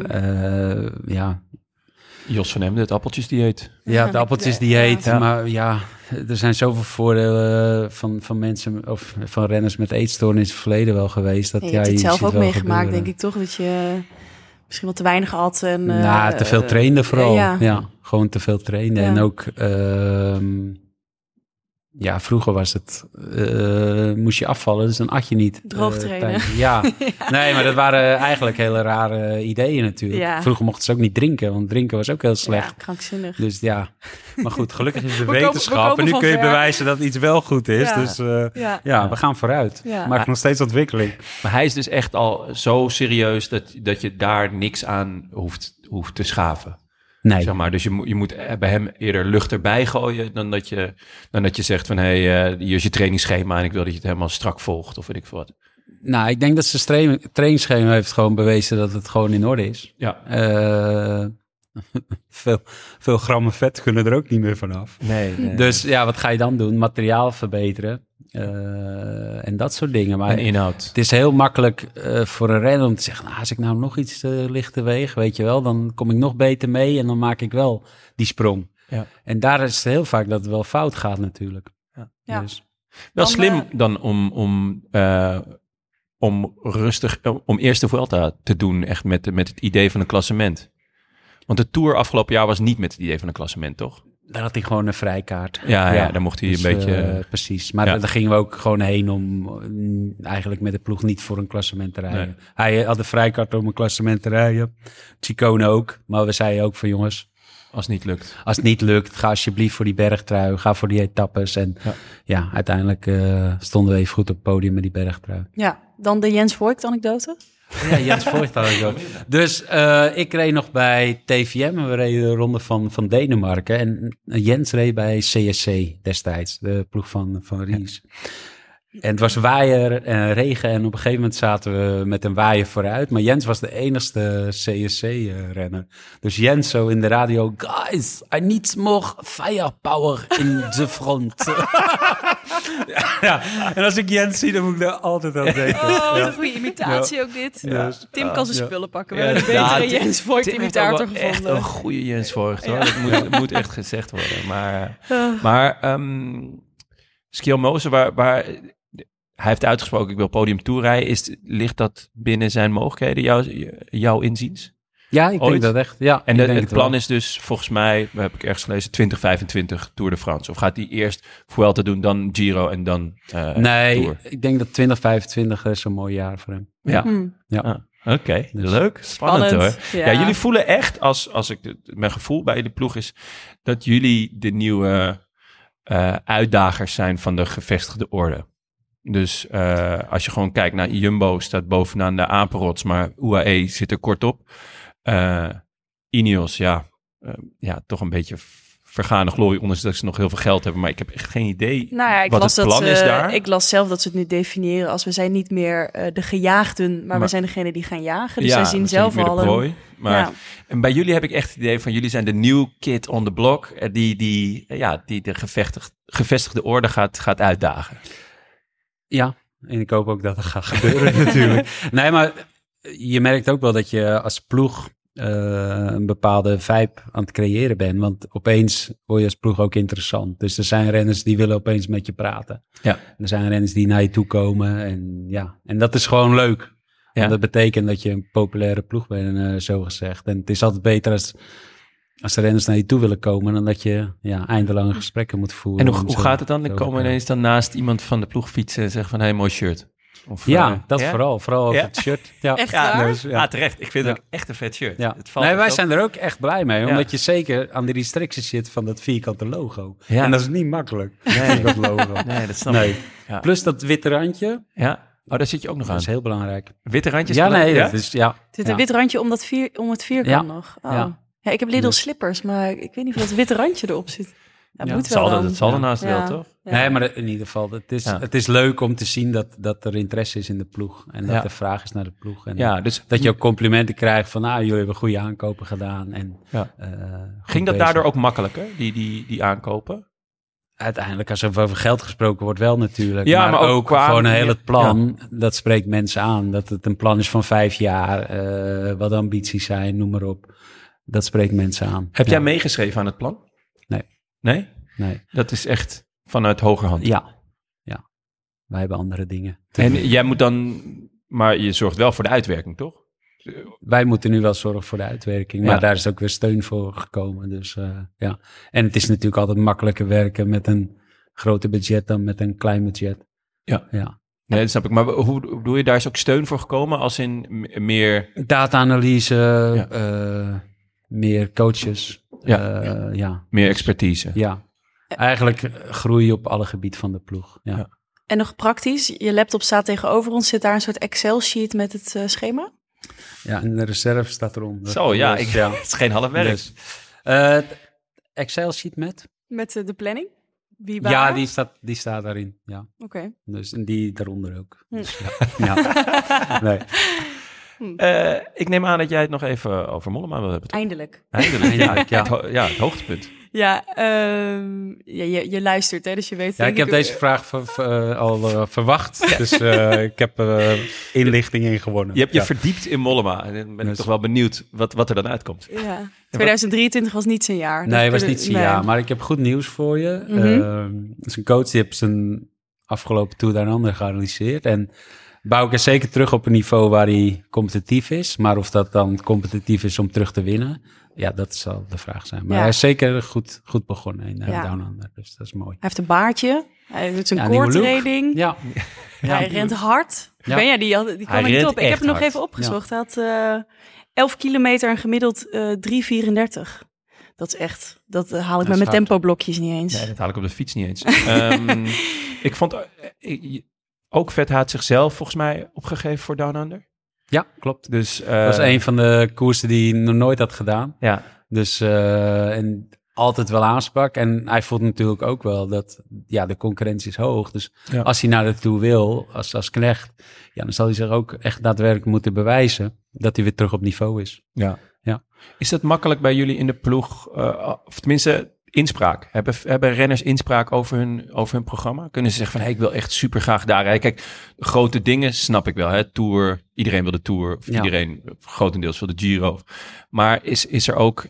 Jos van Emden, het appeltjesdieet. Ja, het appeltjesdieet. Ja. Maar er zijn zoveel voordelen van mensen of van renners met eetstoornis in het verleden wel geweest. Dat, je hebt het zelf ook meegemaakt, denk ik toch? Dat je misschien wat te weinig at. En, te veel trainde vooral. Ja, gewoon te veel trainde. Ja. En ook... vroeger was het, moest je afvallen, dus dan at je niet. Droog trainen. Nee, maar dat waren eigenlijk hele rare ideeën natuurlijk. Ja. Vroeger mochten ze ook niet drinken, want drinken was ook heel slecht. Ja, krankzinnig. Dus maar goed, gelukkig is de wetenschap. En nu kun je bewijzen dat iets wel goed is. Ja. Dus we gaan vooruit. Ja. Maakt nog steeds ontwikkeling. Maar hij is dus echt al zo serieus dat je daar niks aan hoeft te schaven. Nee. Zeg maar, dus je moet bij hem eerder lucht erbij gooien dan dat je zegt van hier is je trainingsschema en ik wil dat je het helemaal strak volgt of weet ik veel wat. Nou, ik denk dat zijn trainingsschema heeft gewoon bewezen dat het gewoon in orde is. Ja. Veel grammen vet kunnen er ook niet meer vanaf. Nee. Dus wat ga je dan doen? Materiaal verbeteren. En dat soort dingen. Maar en inhoud. Het is heel makkelijk voor een renner om te zeggen... als ik nou nog iets lichter weeg, weet je wel... dan kom ik nog beter mee en dan maak ik wel die sprong. Ja. En daar is het heel vaak dat het wel fout gaat natuurlijk. Ja. Dus. Wel slim dan om eerst de Vuelta te doen... echt met het idee van een klassement. Want de Tour afgelopen jaar was niet met het idee van een klassement, toch? Daar had hij gewoon een vrijkaart. Ja, daar mocht hij dus, een beetje... precies, maar daar gingen we ook gewoon heen om eigenlijk met de ploeg niet voor een klassement te rijden. Nee. Hij had een vrijkaart om een klassement te rijden. Ciccone ook, maar we zeiden ook van jongens... Als het niet lukt, ga alsjeblieft voor die bergtrui, ga voor die etappes. En uiteindelijk stonden we even goed op het podium met die bergtrui. Ja, dan de Jens Voigt-anekdote. Ja, Jens Voigt had ik ook. Dus ik reed nog bij TVM en we reden de ronde van Denemarken. En Jens reed bij CSC destijds, de ploeg van Ries. En het was waaier en regen en op een gegeven moment zaten we met een waaier vooruit. Maar Jens was de enigste CSC-renner. Dus Jens zo in de radio, guys, I need more firepower in the front. En als ik Jens zie, dan moet ik daar altijd aan denken. Wat een goede imitatie ook dit. Ja. Tim kan zijn spullen pakken. We hebben een betere Jens Voigt-imitator gevonden. Echt een goede Jens Voigt, hoor. Dat moet echt gezegd worden. Maar Skjel Moser, waar hij heeft uitgesproken, ik wil podium toerrijden. Ligt dat binnen zijn mogelijkheden, jouw inziens? Ja, ik denk dat echt. Ja, en het plan is dus volgens mij, heb ik ergens gelezen, 2025 Tour de France. Of gaat hij eerst Vuelta doen, dan Giro en dan Tour? Ik denk dat 2025 is een mooi jaar voor hem. Ja. Oké, leuk. Spannend hoor. Ja, jullie voelen echt, als ik mijn gevoel bij de ploeg is, dat jullie de nieuwe uitdagers zijn van de gevestigde orde. Dus als je gewoon kijkt naar Jumbo staat bovenaan de apenrots, maar UAE zit er kort op. Ineos, toch een beetje vergane glorie, ondanks dat ze nog heel veel geld hebben. Maar ik heb echt geen idee wat het plan is daar. Ik las zelf dat ze het nu definiëren als we zijn niet meer de gejaagden, maar we zijn degene die gaan jagen. Dus zij zien zelf al prooi. En bij jullie heb ik echt het idee van jullie zijn de new kid on the block die de gevestigde orde gaat uitdagen. Ja, en ik hoop ook dat het gaat gebeuren natuurlijk. Nee, maar je merkt ook wel dat je als ploeg een bepaalde vibe aan het creëren bent. Want opeens word je als ploeg ook interessant. Dus er zijn renners die willen opeens met je praten. Ja. Er zijn renners die naar je toe komen. En dat is gewoon leuk. Want dat betekent dat je een populaire ploeg bent, zo gezegd. En het is altijd beter als de renners naar je toe willen komen, dan dat je eindelange gesprekken moet voeren. En hoe gaat het dan? Er komen ineens dan naast iemand van de ploeg fietsen en zeggen van, hey, mooi shirt. Of, vooral over het shirt. Ja, echt waar? Dus, terecht. Ik vind het ook echt een vet shirt. Ja. Wij zijn er ook echt blij mee, omdat je zeker aan die restricties zit van dat vierkante logo. Ja. En dat is niet makkelijk, dat logo. Nee, dat snap ik. Ja. Plus dat witte randje. Ja. Oh, daar zit je ook nog aan. Dat is heel belangrijk. Witte randjes? Dat is, Er zit een wit randje om het vierkant nog. Oh. Ja, ik heb Lidl slippers, maar ik weet niet of dat witte randje erop zit. Dat moet wel dan. Het zal ernaast wel, toch? Ja. Nee, maar in ieder geval, het is leuk om te zien dat er interesse is in de ploeg. En dat er vraag is naar de ploeg. En dus dat je ook complimenten krijgt van, jullie hebben goede aankopen gedaan. En, ging dat daardoor ook makkelijker, die aankopen? Uiteindelijk, als er over geld gesproken wordt, wel natuurlijk. Ja, maar ook gewoon heel het plan, dat spreekt mensen aan. Dat het een plan is van 5 jaar, wat ambities zijn, noem maar op. Dat spreekt mensen aan. Heb jij meegeschreven aan het plan? Nee? Nee. Dat is echt vanuit hogerhand? Ja. Wij hebben andere dingen. En jij moet dan... Maar je zorgt wel voor de uitwerking, toch? Wij moeten nu wel zorgen voor de uitwerking. Maar daar is ook weer steun voor gekomen. Dus En het is natuurlijk altijd makkelijker werken met een groter budget dan met een klein budget. Ja. Nee, dat snap ik. Maar hoe bedoel je, daar is ook steun voor gekomen? Als in meer... Data-analyse, meer coaches. Meer expertise. Ja. Eigenlijk groei op alle gebieden van de ploeg. Ja. En nog praktisch, je laptop staat tegenover ons. Zit daar een soort Excel-sheet met het schema? Ja, en de reserve staat eronder. Zo, het is geen half werk. Dus, Excel-sheet met? Met de planning? Wie waar? Ja, die staat daarin. Ja. Oké. Dus, en die daaronder ook. Dus, Nee. Ik neem aan dat jij het nog even over Mollema wil hebben. Eindelijk. Het hoogtepunt. Ja, je luistert, hè, dus je weet... Ja, ik heb deze vraag al verwacht, dus ik heb inlichting ingewonnen. Je hebt je verdiept in Mollema en dan ben ik toch wel benieuwd wat er dan uitkomt. Ja, 2023 was niet zijn jaar. Nee, was niet zijn jaar, maar ik heb goed nieuws voor je. Mm-hmm. Dus een coach die heeft zijn afgelopen Tour Down Under geanalyseerd en... Bouke is zeker terug op een niveau waar hij competitief is. Maar of dat dan competitief is om terug te winnen, dat zal de vraag zijn. Maar hij is zeker goed begonnen in Down Under, dus dat is mooi. Hij heeft een baardje, hij doet zijn koortraining. Ja. Hij rent hard. Ja. Ben jij die kwam er niet op. Ik heb het nog even opgezocht. Hij had 11 kilometer en gemiddeld 3:34. Dat is echt, dat haal ik met mijn tempoblokjes niet eens. Nee, dat haal ik op de fiets niet eens. Ik vond... Ook vet had zichzelf volgens mij opgegeven voor Down Under. Ja, klopt. Dus dat was een van de koersen die hij nog nooit had gedaan. Ja. Dus en altijd wel aansprak. En hij voelt natuurlijk ook wel dat de concurrentie is hoog. Dus als hij naar de Tour wil, als knecht, dan zal hij zich ook echt daadwerkelijk moeten bewijzen dat hij weer terug op niveau is. Ja. Is dat makkelijk bij jullie in de ploeg? Of tenminste... inspraak. Hebben renners inspraak over hun programma? Kunnen ze zeggen van, ik wil echt super graag daar rijden. Kijk, grote dingen snap ik wel. Hè? Tour, iedereen wil de Tour. Of iedereen grotendeels wil de Giro. Maar is er ook,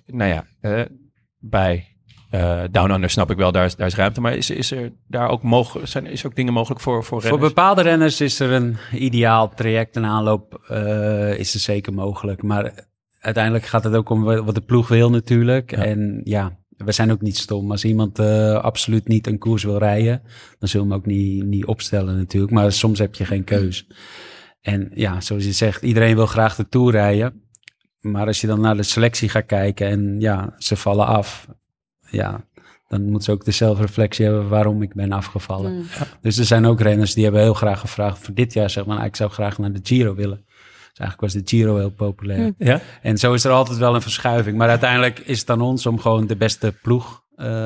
bij Down Under snap ik wel, daar is ruimte. Maar is er daar ook is ook dingen mogelijk voor renners? Voor bepaalde renners is er een ideaal traject, een aanloop is er zeker mogelijk. Maar uiteindelijk gaat het ook om wat de ploeg wil natuurlijk. Ja. En we zijn ook niet stom. Als iemand absoluut niet een koers wil rijden, dan zullen we hem ook niet opstellen natuurlijk. Maar soms heb je geen keus. En zoals je zegt, iedereen wil graag de Tour rijden. Maar als je dan naar de selectie gaat kijken en ze vallen af, dan moet ze ook de zelfreflectie hebben waarom ik ben afgevallen. Mm. Dus er zijn ook renners die hebben heel graag gevraagd voor dit jaar, zeg maar, ik zou graag naar de Giro willen. Dus eigenlijk was de Giro heel populair. Ja? En zo is er altijd wel een verschuiving. Maar uiteindelijk is het aan ons om gewoon de beste ploeg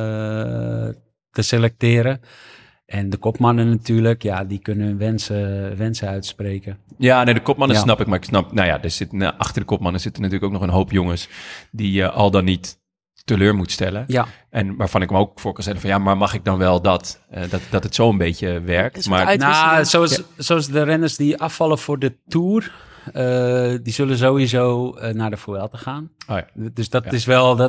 te selecteren. En de kopmannen natuurlijk, die kunnen hun wensen uitspreken. Ja, nee, de kopmannen snap ik. Maar ik snap, achter de kopmannen zitten natuurlijk ook nog een hoop jongens die je al dan niet teleur moet stellen. Ja. En waarvan ik me ook voor kan stellen van maar mag ik dan wel dat het zo een beetje werkt. Maar zoals de renners die afvallen voor de Tour, die zullen sowieso naar de Vuelta gaan. Oh ja. Dus dat is wel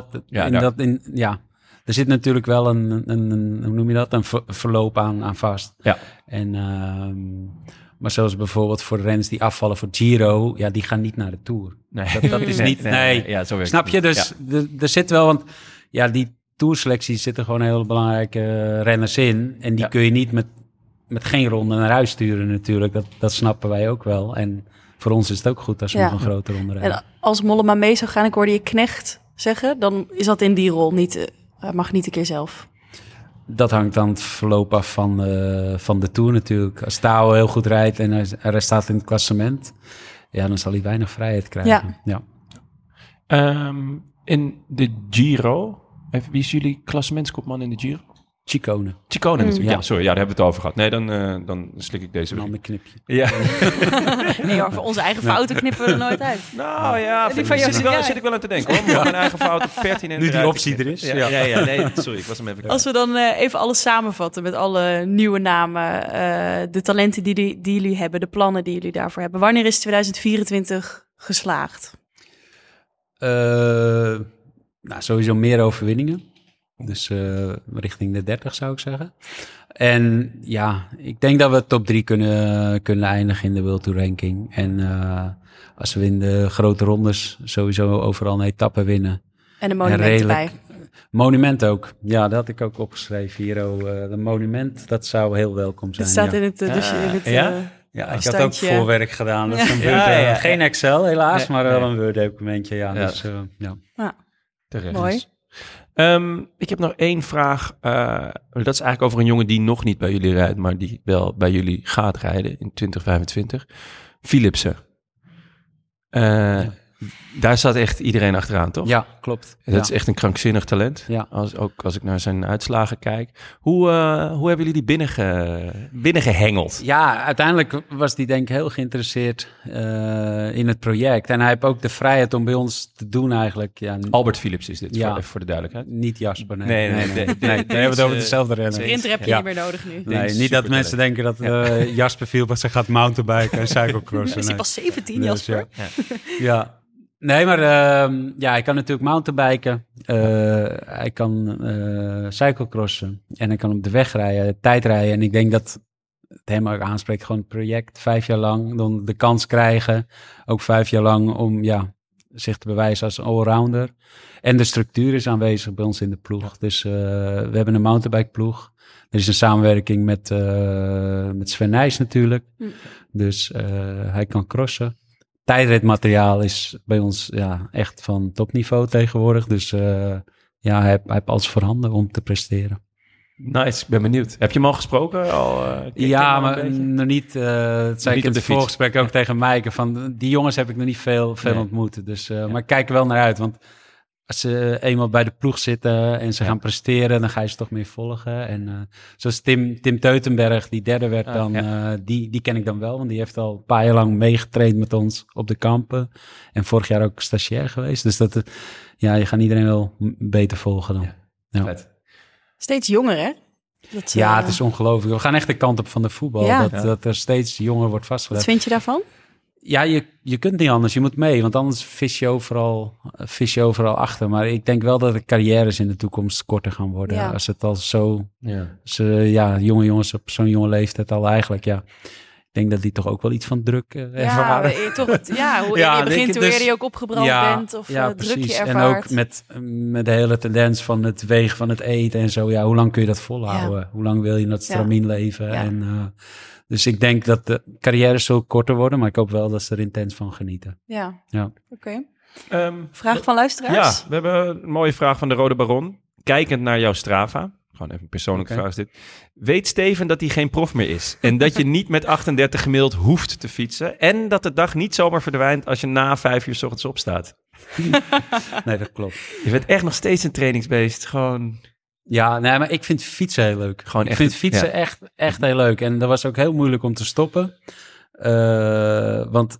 er zit natuurlijk wel een hoe noem je dat, een verloop aan vast. Ja. En Maar zoals bijvoorbeeld voor renners die afvallen voor Giro, ja, die gaan niet naar de Tour. Nee. Dat is niet, nee. Ja, zo werkt Snap het je? niet. Dus er zit wel, want ja, die Tourselecties zitten gewoon heel belangrijke renners in. En die kun je niet met geen ronde naar huis sturen natuurlijk. Dat snappen wij ook wel. En voor ons is het ook goed als we nog een grote ronde rijden. En als Mollema mee zou gaan, ik hoorde je Knecht zeggen, dan is dat in die rol niet, mag niet een keer zelf. Dat hangt dan het verloop af van de Tour natuurlijk. Als Tao heel goed rijdt en hij staat in het klassement, ja, dan zal hij weinig vrijheid krijgen. Ja. In de Giro, wie is jullie klassementskopman in de Giro? Ciccone natuurlijk. Ja, sorry, daar hebben we het over gehad. Nee, dan slik ik deze. Een ander knipje. Ja. Nee hoor, voor onze eigen fouten knippen we er nooit uit. Nou ja, Die van jou zit ik wel aan te denken hoor. Maar mijn eigen fouten pertinent. Nu die optie er is. Ja, nee, sorry, ik was hem even. Als we dan even alles samenvatten met alle nieuwe namen, de talenten die jullie hebben, de plannen die jullie daarvoor hebben. Wanneer is 2024 geslaagd? Sowieso meer overwinningen. Dus richting de 30 zou ik zeggen. En ja, ik denk dat we top 3 kunnen eindigen in de World Tour ranking. En als we in de grote rondes sowieso overal een etappe winnen. En een monument erbij. Monument ook. Ja, dat had ik ook opgeschreven hier. De monument, dat zou heel welkom zijn. Het staat in het... Ja, ik had ook voorwerk gedaan. Dat is een Word, geen Excel helaas, maar wel een Word-documentje. Ja, ja. Dus, terecht. Mooi. Ik heb nog 1 vraag. Dat is eigenlijk over een jongen die nog niet bij jullie rijdt, maar die wel bij jullie gaat rijden in 2025. Philipsen. Daar staat echt iedereen achteraan, toch? Ja, klopt. Dat is echt een krankzinnig talent. Ja. Ook als ik naar zijn uitslagen kijk. Hoe hebben jullie die binnengehengeld? Ja, uiteindelijk was die denk ik heel geïnteresseerd in het project. En hij heeft ook de vrijheid om bij ons te doen eigenlijk. Ja, Albert Philips is dit, voor de duidelijkheid. Niet Jasper, nee. We hebben het over dezelfde renner. Sprinter heb je niet meer nodig nu. Nee, niet dat mensen denken dat Jasper Philips gaat mountainbiken en cyclocrossen. Is hij pas 17, Jasper? Ja. Nee, maar hij kan natuurlijk mountainbiken. Hij kan cyclocrossen. En hij kan op de weg rijden, tijdrijden. En ik denk dat het hem ook aanspreekt. Gewoon het project, 5 jaar lang. Dan de kans krijgen. Ook 5 jaar lang om zich te bewijzen als allrounder. En de structuur is aanwezig bij ons in de ploeg. Dus we hebben een mountainbike ploeg. Er is een samenwerking met Sven Nys natuurlijk. Dus hij kan crossen. Tijdritmateriaal is bij ons echt van topniveau tegenwoordig. Dus hij heeft alles voorhanden om te presteren. Nice, ik ben benieuwd. Heb je hem al gesproken? Maar nog niet. Dat zei ik in het voorgesprek ook tegen Maaike. Van die jongens heb ik nog niet veel ontmoet. Dus, maar ik kijk er wel naar uit. Want als ze eenmaal bij de ploeg zitten en ze gaan presteren, dan ga je ze toch meer volgen. En zoals Tim Teutenberg, die derde werd dan, die ken ik dan wel. Want die heeft al een paar jaar lang meegetraind met ons op de kampen. En vorig jaar ook stagiair geweest. Dus je gaat iedereen wel beter volgen dan. Ja. Steeds jonger, hè? Het is ongelooflijk. We gaan echt de kant op van de voetbal. Ja. Dat er steeds jonger wordt vastgelegd. Wat vind je daarvan? Ja, je kunt niet anders. Je moet mee, want anders vis je overal achter. Maar ik denk wel dat de carrières in de toekomst korter gaan worden. Ja. Als het al zo... jonge jongens op zo'n jonge leeftijd al eigenlijk, Ik denk dat die toch ook wel iets van druk ervaren. Hoe je begint, hoe eerder je ook opgebrand bent. Of druk je ervaart. En ook met de hele tendens van het wegen van het eten en zo. Ja, hoe lang kun je dat volhouden? Ja. Hoe lang wil je dat stramien leven? Ja. En... Dus ik denk dat de carrières zo korter worden, maar ik hoop wel dat ze er intens van genieten. Ja. Oké. Vraag van luisteraars? Ja, we hebben een mooie vraag van de Rode Baron. Kijkend naar jouw Strava, gewoon even een persoonlijke vraag is dit. Weet Steven dat hij geen prof meer is? En dat je niet met 38 gemiddeld hoeft te fietsen? En dat de dag niet zomaar verdwijnt als je na 5 uur 's ochtends opstaat? Nee, dat klopt. Je bent echt nog steeds een trainingsbeest, gewoon... Ja, nee, maar ik vind fietsen heel leuk. Ik vind fietsen echt heel leuk. En dat was ook heel moeilijk om te stoppen. Want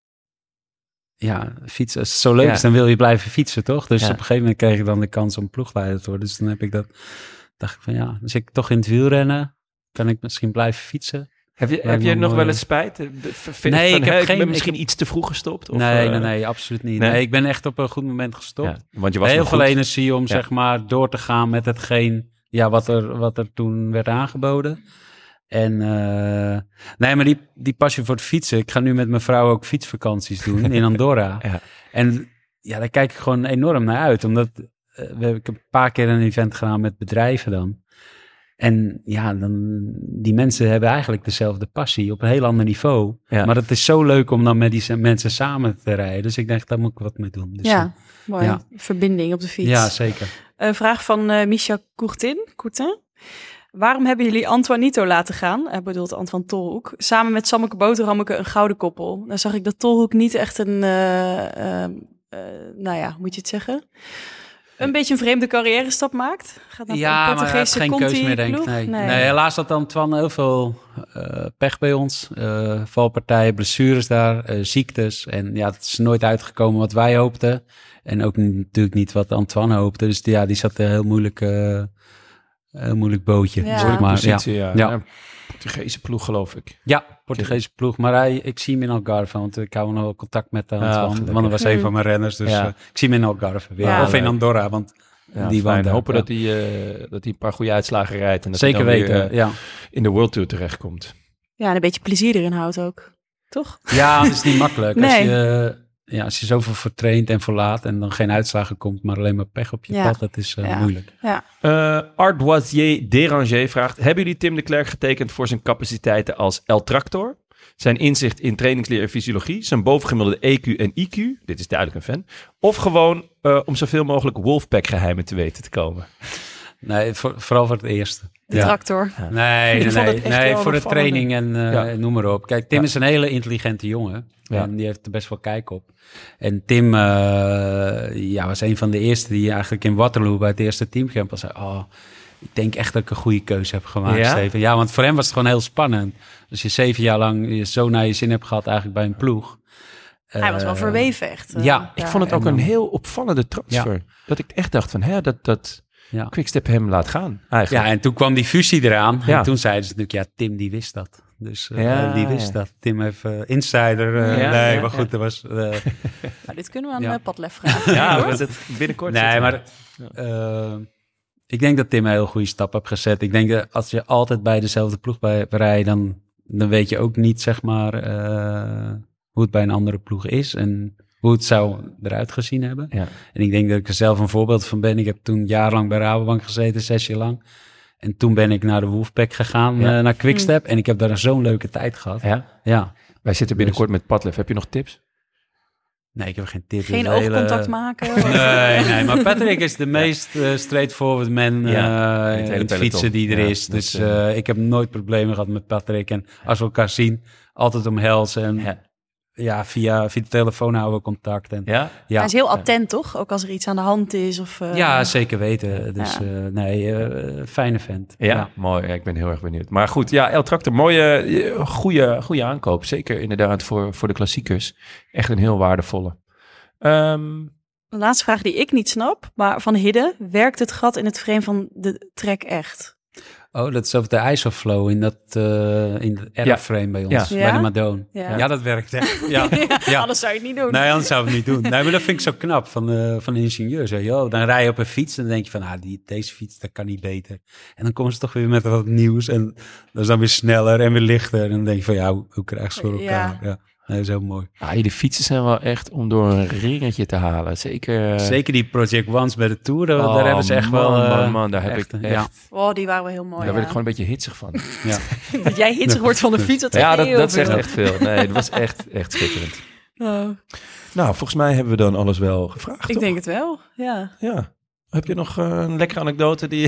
fietsen, als het zo leuk is, dan wil je blijven fietsen, toch? Dus op een gegeven moment kreeg ik dan de kans om ploegleider te worden. Dus dan dacht ik van als ik toch in het wielrennen, kan ik misschien blijven fietsen. Heb je nog wel eens spijt? Nee, ik ben misschien iets te vroeg gestopt? Of, nee, absoluut niet. Nee, ik ben echt op een goed moment gestopt. Ja, want je was heel veel energie om zeg maar door te gaan met hetgeen wat er toen werd aangeboden. En nee, maar die passie voor het fietsen. Ik ga nu met mijn vrouw ook fietsvakanties doen in Andorra. Ja. En ja, daar kijk ik gewoon enorm naar uit. Omdat ik heb een paar keer een event gedaan met bedrijven dan. En ja, die mensen hebben eigenlijk dezelfde passie op een heel ander niveau. Ja. Maar het is zo leuk om dan met die mensen samen te rijden. Dus ik denk, daar moet ik wat mee doen. Dus, mooi. Ja. Verbinding op de fiets. Ja, zeker. Een vraag van Micha Courtin. Waarom hebben jullie Antoinito laten gaan? Hij bedoelt Antoine Tolhoek. Samen met Sammeke Boterhammeke een gouden koppel. Dan zag ik dat Tolhoek niet echt een... moet je het zeggen? Een beetje een vreemde carrière-stap maakt. Gaat naar maar hij heeft geen keuze meer, denk ik. Nee, helaas had Antoine heel veel pech bij ons. Valpartijen, blessures daar, ziektes. En ja, het is nooit uitgekomen wat wij hoopten. En ook natuurlijk niet wat Antoine hoopte. Dus die zat een heel moeilijk bootje. Ja. Zeg maar. Positie, ja. Portugese ploeg, geloof ik. Ja, Portugese ploeg. Maar ik zie hem in Algarve, want ik hou nog wel contact met Antoine. Want dat was een van mijn renners. Dus ik zie hem in Algarve weer. Of in Andorra, want die woont daar. Hopen dat hij een paar goede uitslagen rijdt. En dat zeker hij dan weer, in de World Tour terechtkomt. Ja, en een beetje plezier erin houdt ook. Toch? Ja, het is niet makkelijk. Nee. Als je zoveel vertraint en verlaat en dan geen uitslagen komt, maar alleen maar pech op je pad, dat is moeilijk. Ja. Ardoisier Déranger vraagt, hebben jullie Tim de Klerk getekend voor zijn capaciteiten als El Tractor? Zijn inzicht in trainingsleer en fysiologie, zijn bovengemiddelde EQ en IQ, dit is duidelijk een fan, of gewoon om zoveel mogelijk Wolfpack geheimen te weten te komen? Nee, vooral voor het eerste. De tractor. Ja. Nee, voor de training en noem maar op. Kijk, Tim is een hele intelligente jongen. Ja. En die heeft er best wel kijk op. En Tim was een van de eerste die eigenlijk in Waterloo bij het eerste teamcamp al zei, ik denk echt dat ik een goede keuze heb gemaakt, Steven. Ja, want voor hem was het gewoon heel spannend. Dus je 7 jaar lang je zo naar je zin hebt gehad eigenlijk bij een ploeg. Hij was wel verweven echt. Ik vond het ook een heel opvallende transfer. Ja. Dat ik echt dacht van, dat Quickstep hem laat gaan eigenlijk. Ja, en toen kwam die fusie eraan. Ja. En toen zeiden ze natuurlijk, Tim die wist dat. Dus die wist dat. Tim heeft insider. Maar goed, er was... dit kunnen we aan Padlef vragen. Ja, binnenkort. Nee, maar ik denk dat Tim een heel goede stap heeft gezet. Ik denk dat als je altijd bij dezelfde ploeg rijdt, dan weet je ook niet, zeg maar, hoe het bij een andere ploeg is. En hoe het zou eruit gezien hebben. Ja. En ik denk dat ik er zelf een voorbeeld van ben. Ik heb toen jarenlang bij Rabobank gezeten, 6 jaar lang. En toen ben ik naar de Wolfpack gegaan, naar Quickstep. En ik heb daar zo'n leuke tijd gehad. Ja. Wij zitten binnenkort met Padlef. Heb je nog tips? Nee, ik heb geen tips. Geen oogcontact maken? Nee. Maar Patrick is de meest straightforward man in het fietsen die er is. Dus ik heb nooit problemen gehad met Patrick. En als we elkaar zien, altijd omhelzen. En via de telefoon houden we contact. En, Hij is heel attent, toch? Ook als er iets aan de hand is. Of, Ja, zeker weten. Dus fijne vent. Ja, mooi. Ja, ik ben heel erg benieuwd. Maar goed, El Tractor, mooie, goede aankoop. Zeker inderdaad voor de klassiekers. Echt een heel waardevolle. De laatste vraag die ik niet snap, maar van Hidde. Werkt het gat in het frame van de Trek echt? Oh, dat is over de ISOFlow in de airframe bij ons, bij de Madoon. Ja, dat werkt echt. Ja. Anders zou je het niet doen. Nee, anders zou ik het niet doen. Nee, maar dat vind ik zo knap van de ingenieur. Zo, dan rij je op een fiets en dan denk je van, deze fiets, dat kan niet beter. En dan komen ze toch weer met wat nieuws en dat is dan weer sneller en weer lichter. En dan denk je van, hoe krijg je ze voor elkaar? Ja. Nee, dat is heel mooi. De fietsen zijn wel echt om door een ringetje te halen. Zeker die Project Ones bij de Tour. Daar hebben ze echt man, daar heb ik echt... Ja. Die waren wel heel mooi. Daar werd ik gewoon een beetje hitsig van. Ja. Dat jij hitsig wordt van de fiets, dat zegt echt veel. Nee, dat was echt schitterend. Nou, volgens mij hebben we dan alles wel gevraagd, Ik denk het wel, Ja. Heb je nog een lekkere anekdote die...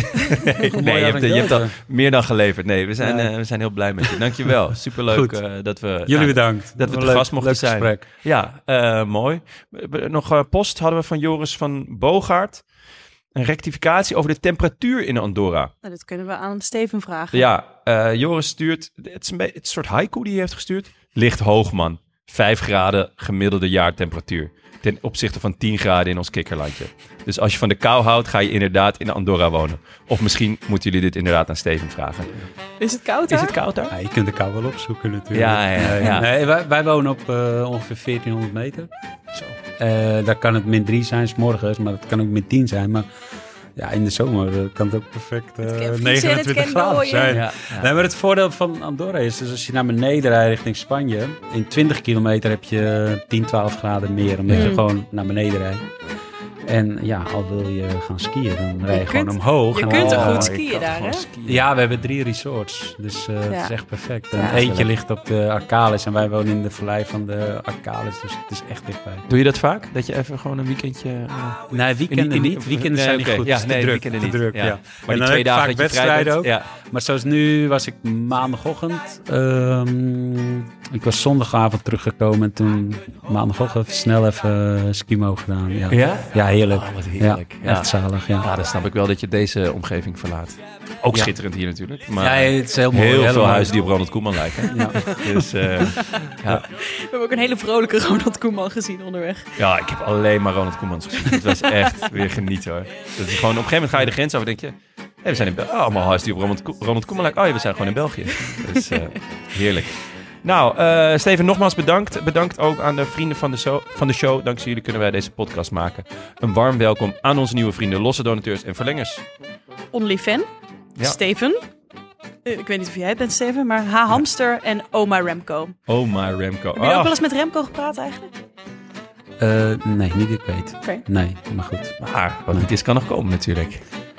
je hebt al meer dan geleverd. Nee, we zijn heel blij met je. Dankjewel. Superleuk dat we... Jullie bedankt. Dat we te gast mochten zijn. Gesprek. Ja, mooi. Nog post hadden we van Joris van Boogaard. Een rectificatie over de temperatuur in Andorra. Nou, dat kunnen we aan Steven vragen. Ja, Joris stuurt... Het is een soort haiku die hij heeft gestuurd. Licht hoog, man. 5 graden gemiddelde jaartemperatuur. Ten opzichte van 10 graden in ons kikkerlandje. Dus als je van de kou houdt, ga je inderdaad in Andorra wonen. Of misschien moeten jullie dit inderdaad aan Steven vragen. Is het koud daar? Ja, je kunt de kou wel opzoeken natuurlijk. Ja. Nee, wij wonen op ongeveer 1400 meter. Zo. Daar kan het -3 zijn 's morgens, maar het kan ook -10 zijn. Maar Ja, in de zomer kan het ook perfect 29 graden zijn. Ja. Nee, maar het voordeel van Andorra is dus als je naar beneden rijdt richting Spanje, in 20 kilometer heb je 10, 12 graden meer, omdat je gewoon naar beneden rijdt. En ja, al wil je gaan skiën, dan rij je gewoon omhoog. Je kunt er goed skiën daar, hè? Ja, we hebben 3 resorts, dus het is echt perfect. En eentje ligt op de Arcalis en wij wonen in de vallei van de Arcalis, dus het is echt dichtbij. Doe je dat vaak? Dat je even gewoon een weekendje... Nee, weekenden niet. Weekenden zijn niet goed. Ja, te druk. Te druk, ja. Maar die 2 dagen dat je wedstrijden ook. Ja. Maar zoals nu was ik maandagochtend. Ik was zondagavond teruggekomen en toen maandagochtend snel even skimo gedaan. Ja? Ja, heerlijk. Oh, wat heerlijk. Ja, echt zalig, ja. Ja, dan snap ik wel dat je deze omgeving verlaat. Ook schitterend hier natuurlijk. Maar het is heel mooi. Heel veel huizen die op Ronald Koeman lijken. Ja. Dus, We hebben ook een hele vrolijke Ronald Koeman gezien onderweg. Ja, ik heb alleen maar Ronald Koemans gezien. Het was echt weer genieten hoor. Dat is gewoon, op een gegeven moment ga je de grens over en denk je... Hey, we zijn in België. allemaal huizen die op Ronald Koeman lijken. Oh ja, we zijn gewoon in België. Dus heerlijk. Nou, Steven, nogmaals bedankt. Bedankt ook aan de vrienden van de show. Dankzij jullie kunnen wij deze podcast maken. Een warm welkom aan onze nieuwe vrienden, losse donateurs en verlengers. OnlyFan, Steven. Ik weet niet of jij het bent, Steven, maar Hamster en Oma Remco. Oma Remco. Heb je ook wel eens met Remco gepraat eigenlijk? Nee, niet dat ik weet. Okay. Nee, maar goed. Maar wat niet is, kan nog komen natuurlijk.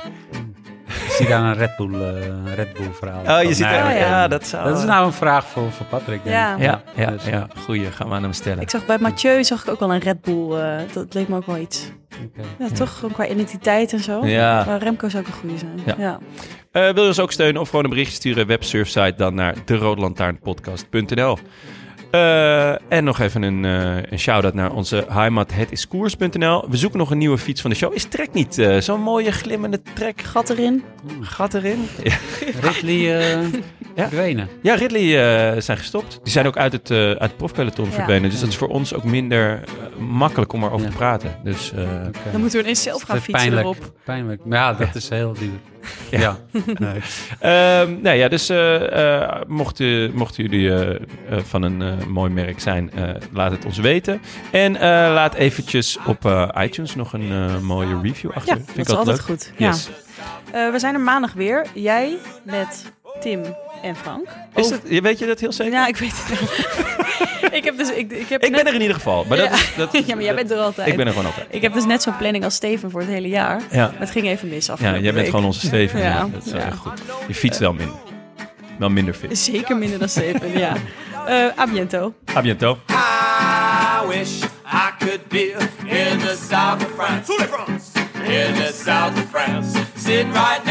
Ik zie daar een Red Bull verhaal. Oh, je ziet daar. Ja, dat is nou een vraag voor Patrick. Ja. Ja. Goeie, gaan we aan hem stellen. Ik zag bij Mathieu ook wel een Red Bull. Dat leek me ook wel iets. Okay. Ja, toch gewoon qua identiteit en zo. Ja. Maar Remco zou ook een goeie zijn. Ja. Wil je ons ook steunen of gewoon een berichtje sturen? Websurfsite dan naar deroodlantaarnpodcast.nl. En nog even een shout-out naar onze heimat hetiskoers.nl. We zoeken nog een nieuwe fiets van de show. Is Trek niet zo'n mooie glimmende Trek? Gat erin. Ja. Ridley verdwenen. Ja, Ridley zijn gestopt. Die zijn ook uit het profpeloton verdwenen. Dus dat is voor ons ook minder makkelijk om erover te praten. Dus, Dan moeten we ineens zelf gaan fietsen erop. Pijnlijk. Maar ja, dat is heel duur. Ja. Dus mochten jullie van een mooi merk zijn, laat het ons weten. En laat eventjes op iTunes nog een mooie review achter. Ja, vind dat is altijd leuk. Goed. Yes. Ja. We zijn er maandag weer. Jij met Tim en Frank. Weet je dat heel zeker? Ja, ik weet het wel. ik ben er in ieder geval. Maar ja, maar jij bent er altijd. Ik ben er gewoon altijd. Ik heb dus net zo'n planning als Steven voor het hele jaar. Ja. Maar het ging even mis afgelopen jij bent week. gewoon onze Steven. Ja. Dat is wel echt goed. Je fietst wel minder. Wel minder fit. Zeker minder dan Steven, ja. A biento. A biento. I wish I could be in the south of France. In the south of France. Sitting right